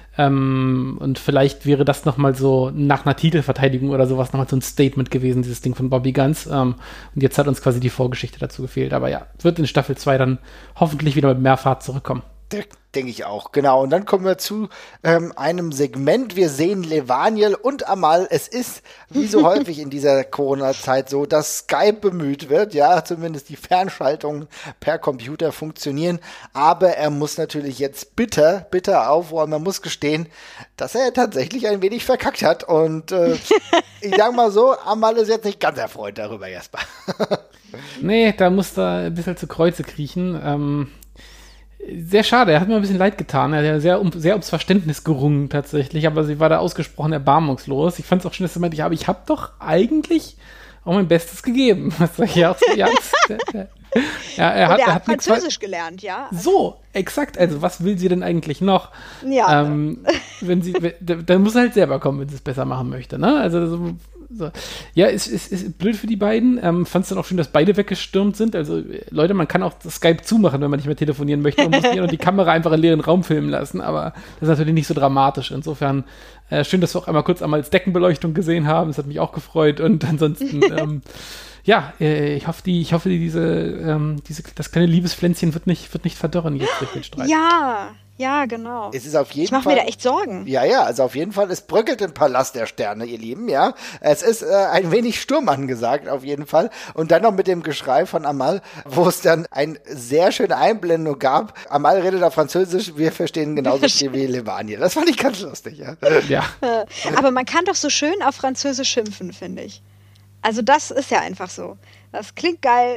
Und vielleicht wäre das nochmal so nach einer Titelverteidigung oder sowas nochmal so ein Statement gewesen, dieses Ding von Bobby Guns. Und jetzt hat uns quasi die Vorgeschichte dazu gefehlt. Aber ja, wird in Staffel 2 dann hoffentlich wieder mit mehr Fahrt zurückkommen. Denke ich auch, genau. Und dann kommen wir zu einem Segment. Wir sehen Levaniel und Amal. Es ist, wie so häufig in dieser Corona-Zeit so, dass Skype bemüht wird. Ja, zumindest die Fernschaltungen per Computer funktionieren. Aber er muss natürlich jetzt bitter aufräumen. Man muss gestehen, dass er tatsächlich ein wenig verkackt hat. Und Ich sag mal so, Amal ist jetzt nicht ganz erfreut darüber, Jasper. Nee, da muss er ein bisschen zu Kreuze kriechen. Sehr schade, er hat mir ein bisschen leid getan. Er hat ja sehr ums Verständnis gerungen tatsächlich, aber sie war da ausgesprochen erbarmungslos. Ich fand es auch schön, dass sie meinte, aber ich habe doch eigentlich auch mein Bestes gegeben. Was sag ich auch so, ja, er hat Französisch gelernt, ja. So, exakt. Also, was will sie denn eigentlich noch? Ja. Dann muss er halt selber kommen, wenn sie es besser machen möchte, ne? Also, so. Ja, ist blöd für die beiden. Fand es dann auch schön, dass beide weggestürmt sind. Also, Leute, man kann auch das Skype zumachen, wenn man nicht mehr telefonieren möchte. Man muss und die Kamera einfach in leeren Raum filmen lassen, aber das ist natürlich nicht so dramatisch. Insofern schön, dass wir auch einmal kurz als Deckenbeleuchtung gesehen haben. Das hat mich auch gefreut. Und ansonsten ich hoffe, das kleine Liebespflänzchen wird nicht verdorren jetzt durch den Streit. Ja, genau. Es ist auf jeden Fall. Ich mache mir da echt Sorgen. Ja, also auf jeden Fall, es bröckelt im Palast der Sterne, ihr Lieben, ja. Es ist ein wenig Sturm angesagt, auf jeden Fall. Und dann noch mit dem Geschrei von Amal, wo es dann eine sehr schöne Einblendung gab. Amal redet auf Französisch, wir verstehen genauso viel wie Levaniel. Das fand ich ganz lustig, ja. Aber man kann doch so schön auf Französisch schimpfen, finde ich. Also das ist ja einfach so. Das klingt geil.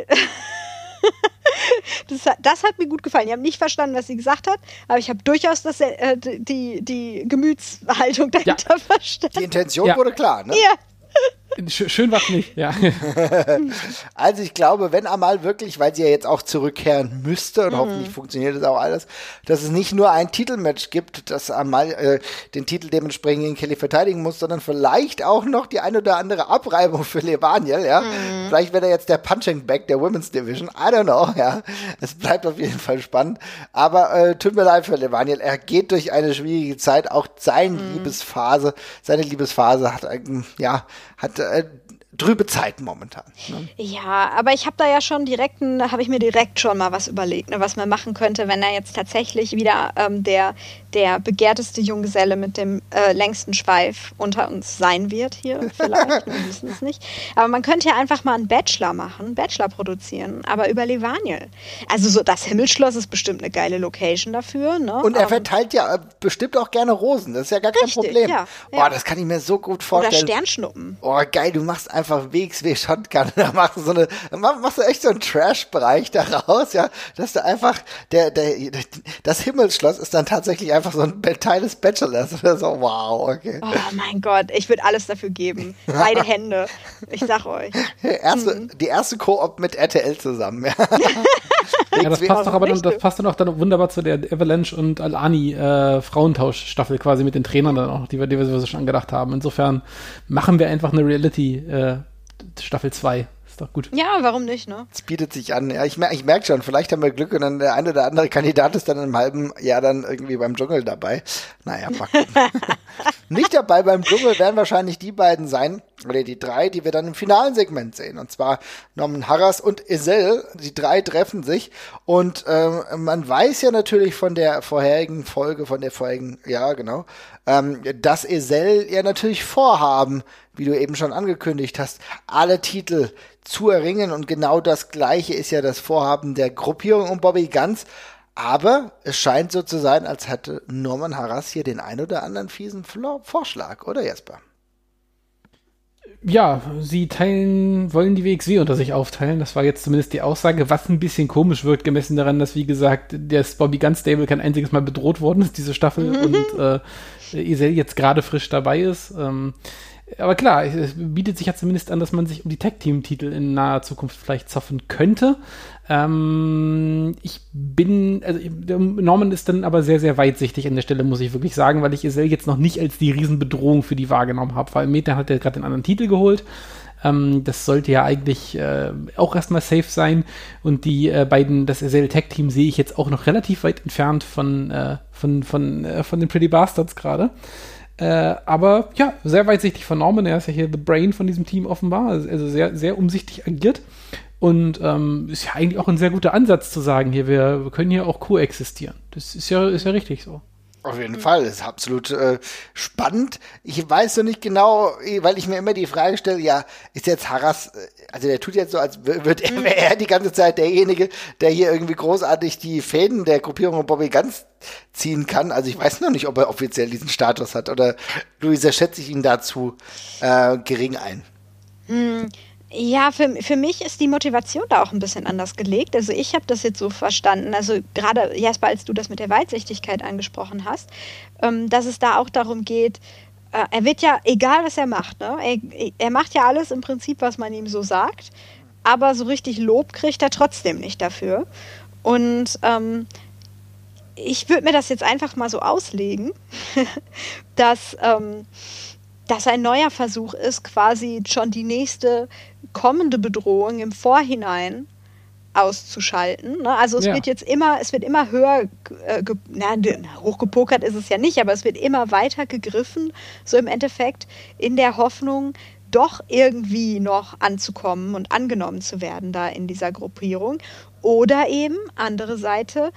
Das hat mir gut gefallen. Ich habe nicht verstanden, was sie gesagt hat, aber ich habe durchaus die Gemütshaltung dahinter verstanden. Die Intention wurde klar, ne? Ja. Schön was nicht, ja. Also ich glaube, wenn Amal wirklich, weil sie ja jetzt auch zurückkehren müsste und hoffentlich funktioniert das auch alles, dass es nicht nur ein Titelmatch gibt, dass Amal den Titel dementsprechend gegen Kelly verteidigen muss, sondern vielleicht auch noch die ein oder andere Abreibung für Levaniel, ja. Vielleicht wäre er jetzt der Punching Bag der Women's Division, I don't know, ja. Es bleibt auf jeden Fall spannend, aber tut mir leid für Levaniel, er geht durch eine schwierige Zeit, auch seine Liebesphase hat trübe Zeiten momentan. Ne? Ja, aber ich habe da ja schon direkt schon mal was überlegt, ne, was man machen könnte, wenn er jetzt tatsächlich wieder der begehrteste Junggeselle mit dem längsten Schweif unter uns sein wird hier vielleicht, wir wissen es nicht. Aber man könnte ja einfach mal einen Bachelor produzieren, aber über Levaniel. Also so das Himmelschloss ist bestimmt eine geile Location dafür. Ne? Und er verteilt ja bestimmt auch gerne Rosen, das ist ja gar kein Problem. Ja. Oh, das kann ich mir so gut vorstellen. Oder Sternschnuppen. Oh, geil, du machst einfach WXW Shotgun, da machst du echt so einen Trash-Bereich daraus, ja, dass du einfach, das Himmelsschloss ist dann tatsächlich einfach so ein Teil des Bachelors oder so, wow, okay. Oh mein Gott, ich würde alles dafür geben. Beide Hände, ich sag euch. Die erste Koop mit RTL zusammen, ja. Ja, das passt dann auch wunderbar zu der Avalanche und Al-Ani Frauentausch-Staffel quasi mit den Trainern dann auch, die wir so schon angedacht haben. Insofern machen wir einfach eine Reality Staffel 2. Ist doch gut. Ja, warum nicht, ne? Es bietet sich an. Ja, ich merke schon, vielleicht haben wir Glück und dann der eine oder andere Kandidat ist dann im halben Jahr dann irgendwie beim Dschungel dabei. Naja, mal gucken. Nicht dabei beim Dschungel werden wahrscheinlich die beiden sein, oder die drei, die wir dann im finalen Segment sehen. Und zwar Norman Harras und Ezell. Die drei treffen sich. Und man weiß ja natürlich von der vorherigen Folge, dass Ezell ja natürlich vorhaben, wie du eben schon angekündigt hast, alle Titel zu erringen. Und genau das Gleiche ist ja das Vorhaben der Gruppierung um Bobby Guns. Aber es scheint so zu sein, als hätte Norman Harras hier den ein oder anderen fiesen Vorschlag, oder Jesper? Ja, sie wollen die WXW unter sich aufteilen. Das war jetzt zumindest die Aussage, was ein bisschen komisch wirkt, gemessen daran, dass, wie gesagt, das Bobby Guns Stable kein einziges Mal bedroht worden ist, diese Staffel, und Ezell jetzt gerade frisch dabei ist. Aber klar, es bietet sich ja zumindest an, dass man sich um die Tag-Team-Titel in naher Zukunft vielleicht zoffen könnte. Norman ist dann aber sehr, sehr weitsichtig an der Stelle, muss ich wirklich sagen, weil ich Ezell jetzt noch nicht als die Riesenbedrohung für die wahrgenommen habe. Vor allem Meta hat ja gerade den anderen Titel geholt. Das sollte ja eigentlich auch erstmal safe sein. Und die das Ezell Tag Team sehe ich jetzt auch noch relativ weit entfernt von den Pretty Bastards gerade. Aber ja, sehr weitsichtig von Norman. Er ist ja hier the Brain von diesem Team offenbar. Also sehr, sehr umsichtig agiert. Und ist ja eigentlich auch ein sehr guter Ansatz zu sagen, hier, wir können hier auch koexistieren. Das ist ja richtig so. Auf jeden Fall, das ist absolut spannend. Ich weiß noch nicht genau, weil ich mir immer die Frage stelle, ja, ist jetzt Harras, also der tut jetzt so, als wäre er die ganze Zeit derjenige, der hier irgendwie großartig die Fäden der Gruppierung und Bobby Guns ziehen kann. Also ich weiß noch nicht, ob er offiziell diesen Status hat. Oder, Luisa, schätze ich ihn dazu gering ein? Ja, für mich ist die Motivation da auch ein bisschen anders gelegt. Also ich habe das jetzt so verstanden, also gerade, Jasper, als du das mit der Weitsichtigkeit angesprochen hast, dass es da auch darum geht, er wird ja, egal was er macht, ne? Er macht ja alles im Prinzip, was man ihm so sagt, aber so richtig Lob kriegt er trotzdem nicht dafür. Und ich würde mir das jetzt einfach mal so auslegen, dass ein neuer Versuch ist, quasi schon die nächste kommende Bedrohung im Vorhinein auszuschalten. Ne? Also es wird immer höher, hochgepokert ist es ja nicht, aber es wird immer weiter gegriffen, so im Endeffekt in der Hoffnung, doch irgendwie noch anzukommen und angenommen zu werden da in dieser Gruppierung. Oder eben, andere Seite,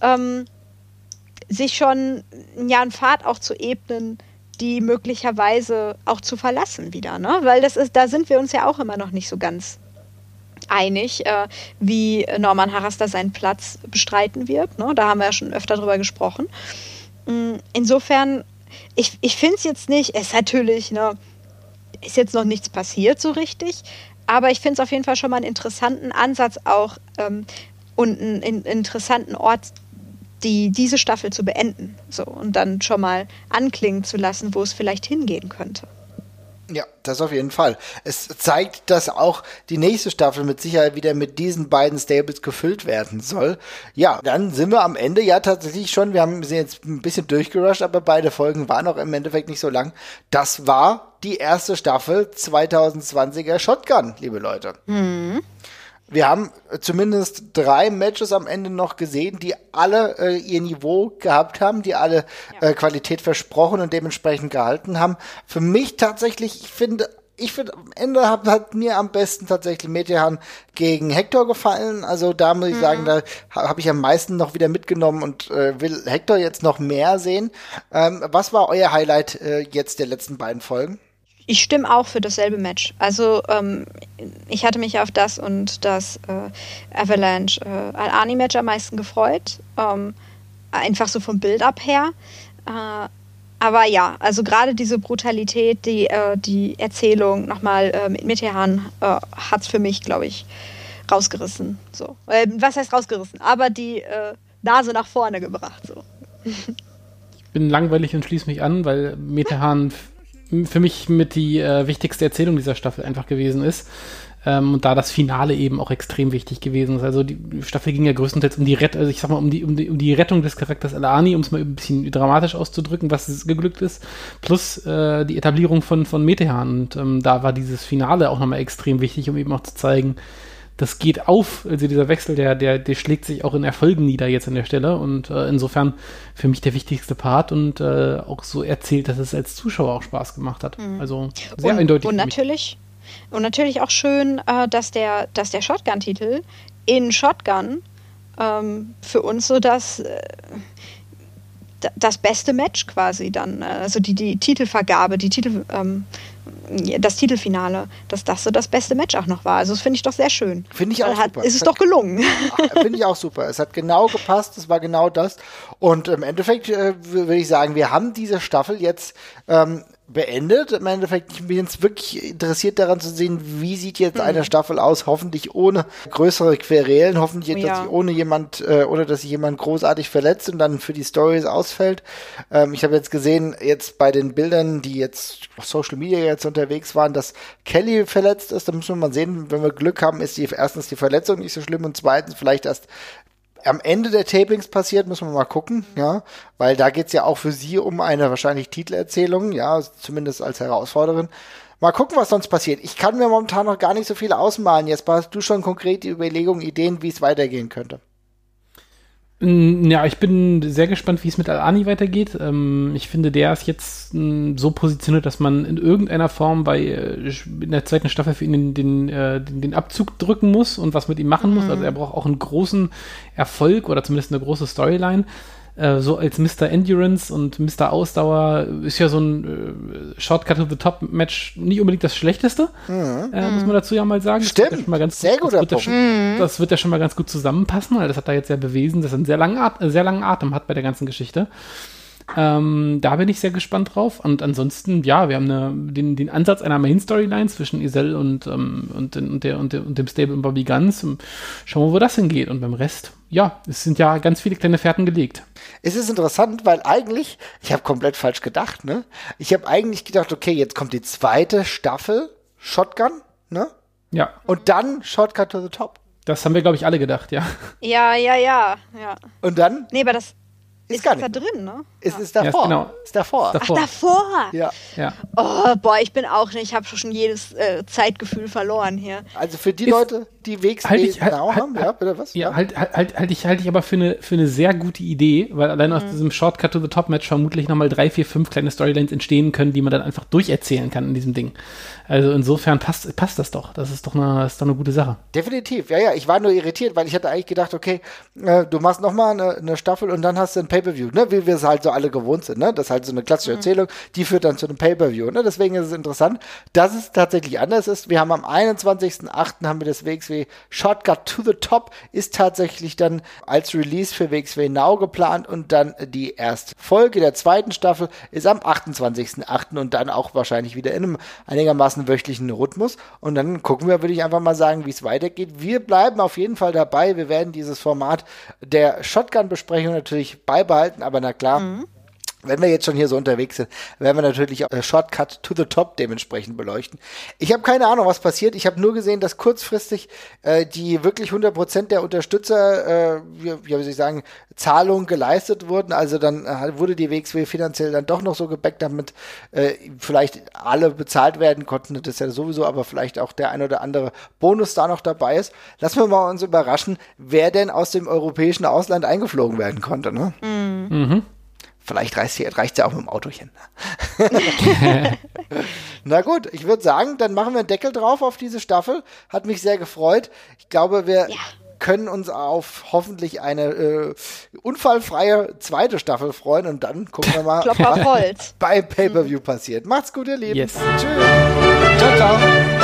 sich schon einen Pfad auch zu ebnen, die möglicherweise auch zu verlassen wieder, ne? Weil da sind wir uns ja auch immer noch nicht so ganz einig, wie Norman Harras da seinen Platz bestreiten wird, ne? Da haben wir ja schon öfter drüber gesprochen. Insofern, ich finde es jetzt nicht, es natürlich, ne, ist jetzt noch nichts passiert so richtig, aber ich finde es auf jeden Fall schon mal einen interessanten Ansatz auch und einen interessanten Ort, diese Staffel zu beenden, so, und dann schon mal anklingen zu lassen, wo es vielleicht hingehen könnte. Ja, das auf jeden Fall. Es zeigt, dass auch die nächste Staffel mit Sicherheit wieder mit diesen beiden Stables gefüllt werden soll. Ja, dann sind wir am Ende ja tatsächlich schon, wir sind jetzt ein bisschen durchgerusht, aber beide Folgen waren auch im Endeffekt nicht so lang. Das war die erste Staffel 2020er Shotgun, liebe Leute. Wir haben zumindest 3 Matches am Ende noch gesehen, die alle ihr Niveau gehabt haben, die alle Qualität versprochen und dementsprechend gehalten haben. Für mich tatsächlich, ich finde am Ende hat mir am besten tatsächlich Metehan gegen Hector gefallen. Also da muss ich sagen, da habe ich am meisten noch wieder mitgenommen und will Hector jetzt noch mehr sehen. Was war euer Highlight jetzt der letzten beiden Folgen? Ich stimme auch für dasselbe Match. Also ich hatte mich auf das und das Avalanche Al-Ani-Match am meisten gefreut. Einfach so vom Build-up her. Aber ja, also gerade diese Brutalität, die Erzählung nochmal mit Metehan hat es für mich, glaube ich, rausgerissen. So. Was heißt rausgerissen? Aber die Nase nach vorne gebracht. So. Ich bin langweilig und schließe mich an, weil Metehan für mich mit die wichtigste Erzählung dieser Staffel einfach gewesen ist. Und da das Finale eben auch extrem wichtig gewesen ist. Also die Staffel ging ja größtenteils um die Rettung des Charakters Al-Ani, um es mal ein bisschen dramatisch auszudrücken, was geglückt ist, plus die Etablierung von Metehan. Und da war dieses Finale auch nochmal extrem wichtig, um eben auch zu zeigen, das geht auf, also dieser Wechsel, der schlägt sich auch in Erfolgen nieder jetzt an der Stelle und insofern für mich der wichtigste Part und auch so erzählt, dass es als Zuschauer auch Spaß gemacht hat. Also sehr eindeutig. Und natürlich auch schön, dass der Shotgun-Titel in Shotgun für uns so das beste Match quasi dann, also die Titelvergabe, das Titelfinale, dass das so das beste Match auch noch war. Also das finde ich doch sehr schön. Finde ich auch super. Ist es doch gelungen. Finde ich auch super. Es hat genau gepasst, es war genau das. Und im Endeffekt würde ich sagen, wir haben diese Staffel jetzt beendet. Im Endeffekt, ich bin jetzt wirklich interessiert daran zu sehen, wie sieht jetzt eine Staffel aus, hoffentlich ohne größere Querelen, hoffentlich ohne dass sich jemand großartig verletzt und dann für die Stories ausfällt. Ich habe jetzt gesehen, jetzt bei den Bildern, die jetzt auf Social Media jetzt unterwegs waren, dass Kelly verletzt ist. Da müssen wir mal sehen, wenn wir Glück haben, ist erstens die Verletzung nicht so schlimm und zweitens vielleicht erst am Ende der Tapings passiert, müssen wir mal gucken, ja, weil da geht's ja auch für sie um eine wahrscheinlich Titelerzählung, ja, zumindest als Herausforderin. Mal gucken, was sonst passiert. Ich kann mir momentan noch gar nicht so viel ausmalen. Jetzt hast du schon konkrete Überlegungen, Ideen, wie es weitergehen könnte? Ja, ich bin sehr gespannt, wie es mit Al-Ani weitergeht. Ich finde, der ist jetzt so positioniert, dass man in irgendeiner Form in der zweiten Staffel für ihn den Abzug drücken muss und was mit ihm machen muss. Also er braucht auch einen großen Erfolg oder zumindest eine große Storyline. so als Mr. Endurance und Mr. Ausdauer ist ja so ein Shortcut to the Top Match nicht unbedingt das Schlechteste, muss man dazu ja mal sagen. Stimmt, das ja schon mal ganz sehr gut, guter Punkt. Das wird ja schon mal ganz gut zusammenpassen, weil das hat er jetzt ja bewiesen, dass er einen sehr langen Atem hat bei der ganzen Geschichte. Da bin ich sehr gespannt drauf. Und ansonsten, ja, wir haben den Ansatz einer Main-Storyline zwischen Iselle und dem Stable und Bobby Guns. Schauen wir, wo das hingeht. Und beim Rest, ja, es sind ja ganz viele kleine Fährten gelegt. Es ist interessant, weil eigentlich, ich habe komplett falsch gedacht, ne? Ich habe eigentlich gedacht, okay, jetzt kommt die zweite Staffel Shotgun, ne? Ja. Und dann Shortcut to the Top. Das haben wir, glaube ich, alle gedacht, ja. Ja. Und dann? Nee, aber das Ist gar da nicht. drin, ne? Ist davor. Ja, genau. Ist davor. Ach, davor? Ja. Oh, boah, ich habe schon jedes Zeitgefühl verloren hier. Also für die Leute, die WXW haben, ja, bitte was? Ja, halte ich aber für eine sehr gute Idee, weil allein aus diesem Shortcut to the Top Match vermutlich nochmal 3, 4, 5 kleine Storylines entstehen können, die man dann einfach durcherzählen kann in diesem Ding. Also insofern passt das doch. Das ist doch eine gute Sache. Definitiv, ja. Ich war nur irritiert, weil ich hatte eigentlich gedacht, okay, du machst nochmal eine Staffel und dann hast du ein Pay-Per-View, ne? Wie wir es halt so alle gewohnt sind, ne? Das ist halt so eine klassische Erzählung, die führt dann zu einem Pay-Per-View, ne? Deswegen ist es interessant, dass es tatsächlich anders ist. Wir haben am 21.08. haben wir das WXW Shortcut to the Top, ist tatsächlich dann als Release für WXW Now geplant und dann die erste Folge der zweiten Staffel ist am 28.08. und dann auch wahrscheinlich wieder in einem einigermaßen wöchentlichen Rhythmus und dann gucken wir, würde ich einfach mal sagen, wie es weitergeht. Wir bleiben auf jeden Fall dabei. Wir werden dieses Format der Shotgun-Besprechung natürlich beibehalten, aber na klar, wenn wir jetzt schon hier so unterwegs sind, werden wir natürlich auch Shortcut to the Top dementsprechend beleuchten. Ich habe keine Ahnung, was passiert. Ich habe nur gesehen, dass kurzfristig die wirklich 100% der Unterstützer, wie soll ich sagen, Zahlungen geleistet wurden. Also dann wurde die WXW finanziell dann doch noch so gebackt, damit vielleicht alle bezahlt werden konnten. Das ist ja sowieso, aber vielleicht auch der ein oder andere Bonus da noch dabei ist. Lassen wir mal uns überraschen, wer denn aus dem europäischen Ausland eingeflogen werden konnte, ne? Vielleicht reicht ja auch mit dem Autochen. Na gut, ich würde sagen, dann machen wir einen Deckel drauf auf diese Staffel. Hat mich sehr gefreut. Ich glaube, wir können uns auf hoffentlich eine unfallfreie zweite Staffel freuen und dann gucken wir mal, Klopf auf Holz. bei Pay-Per-View passiert. Macht's gut, ihr Lieben. Yes. Tschüss. Ciao, ciao.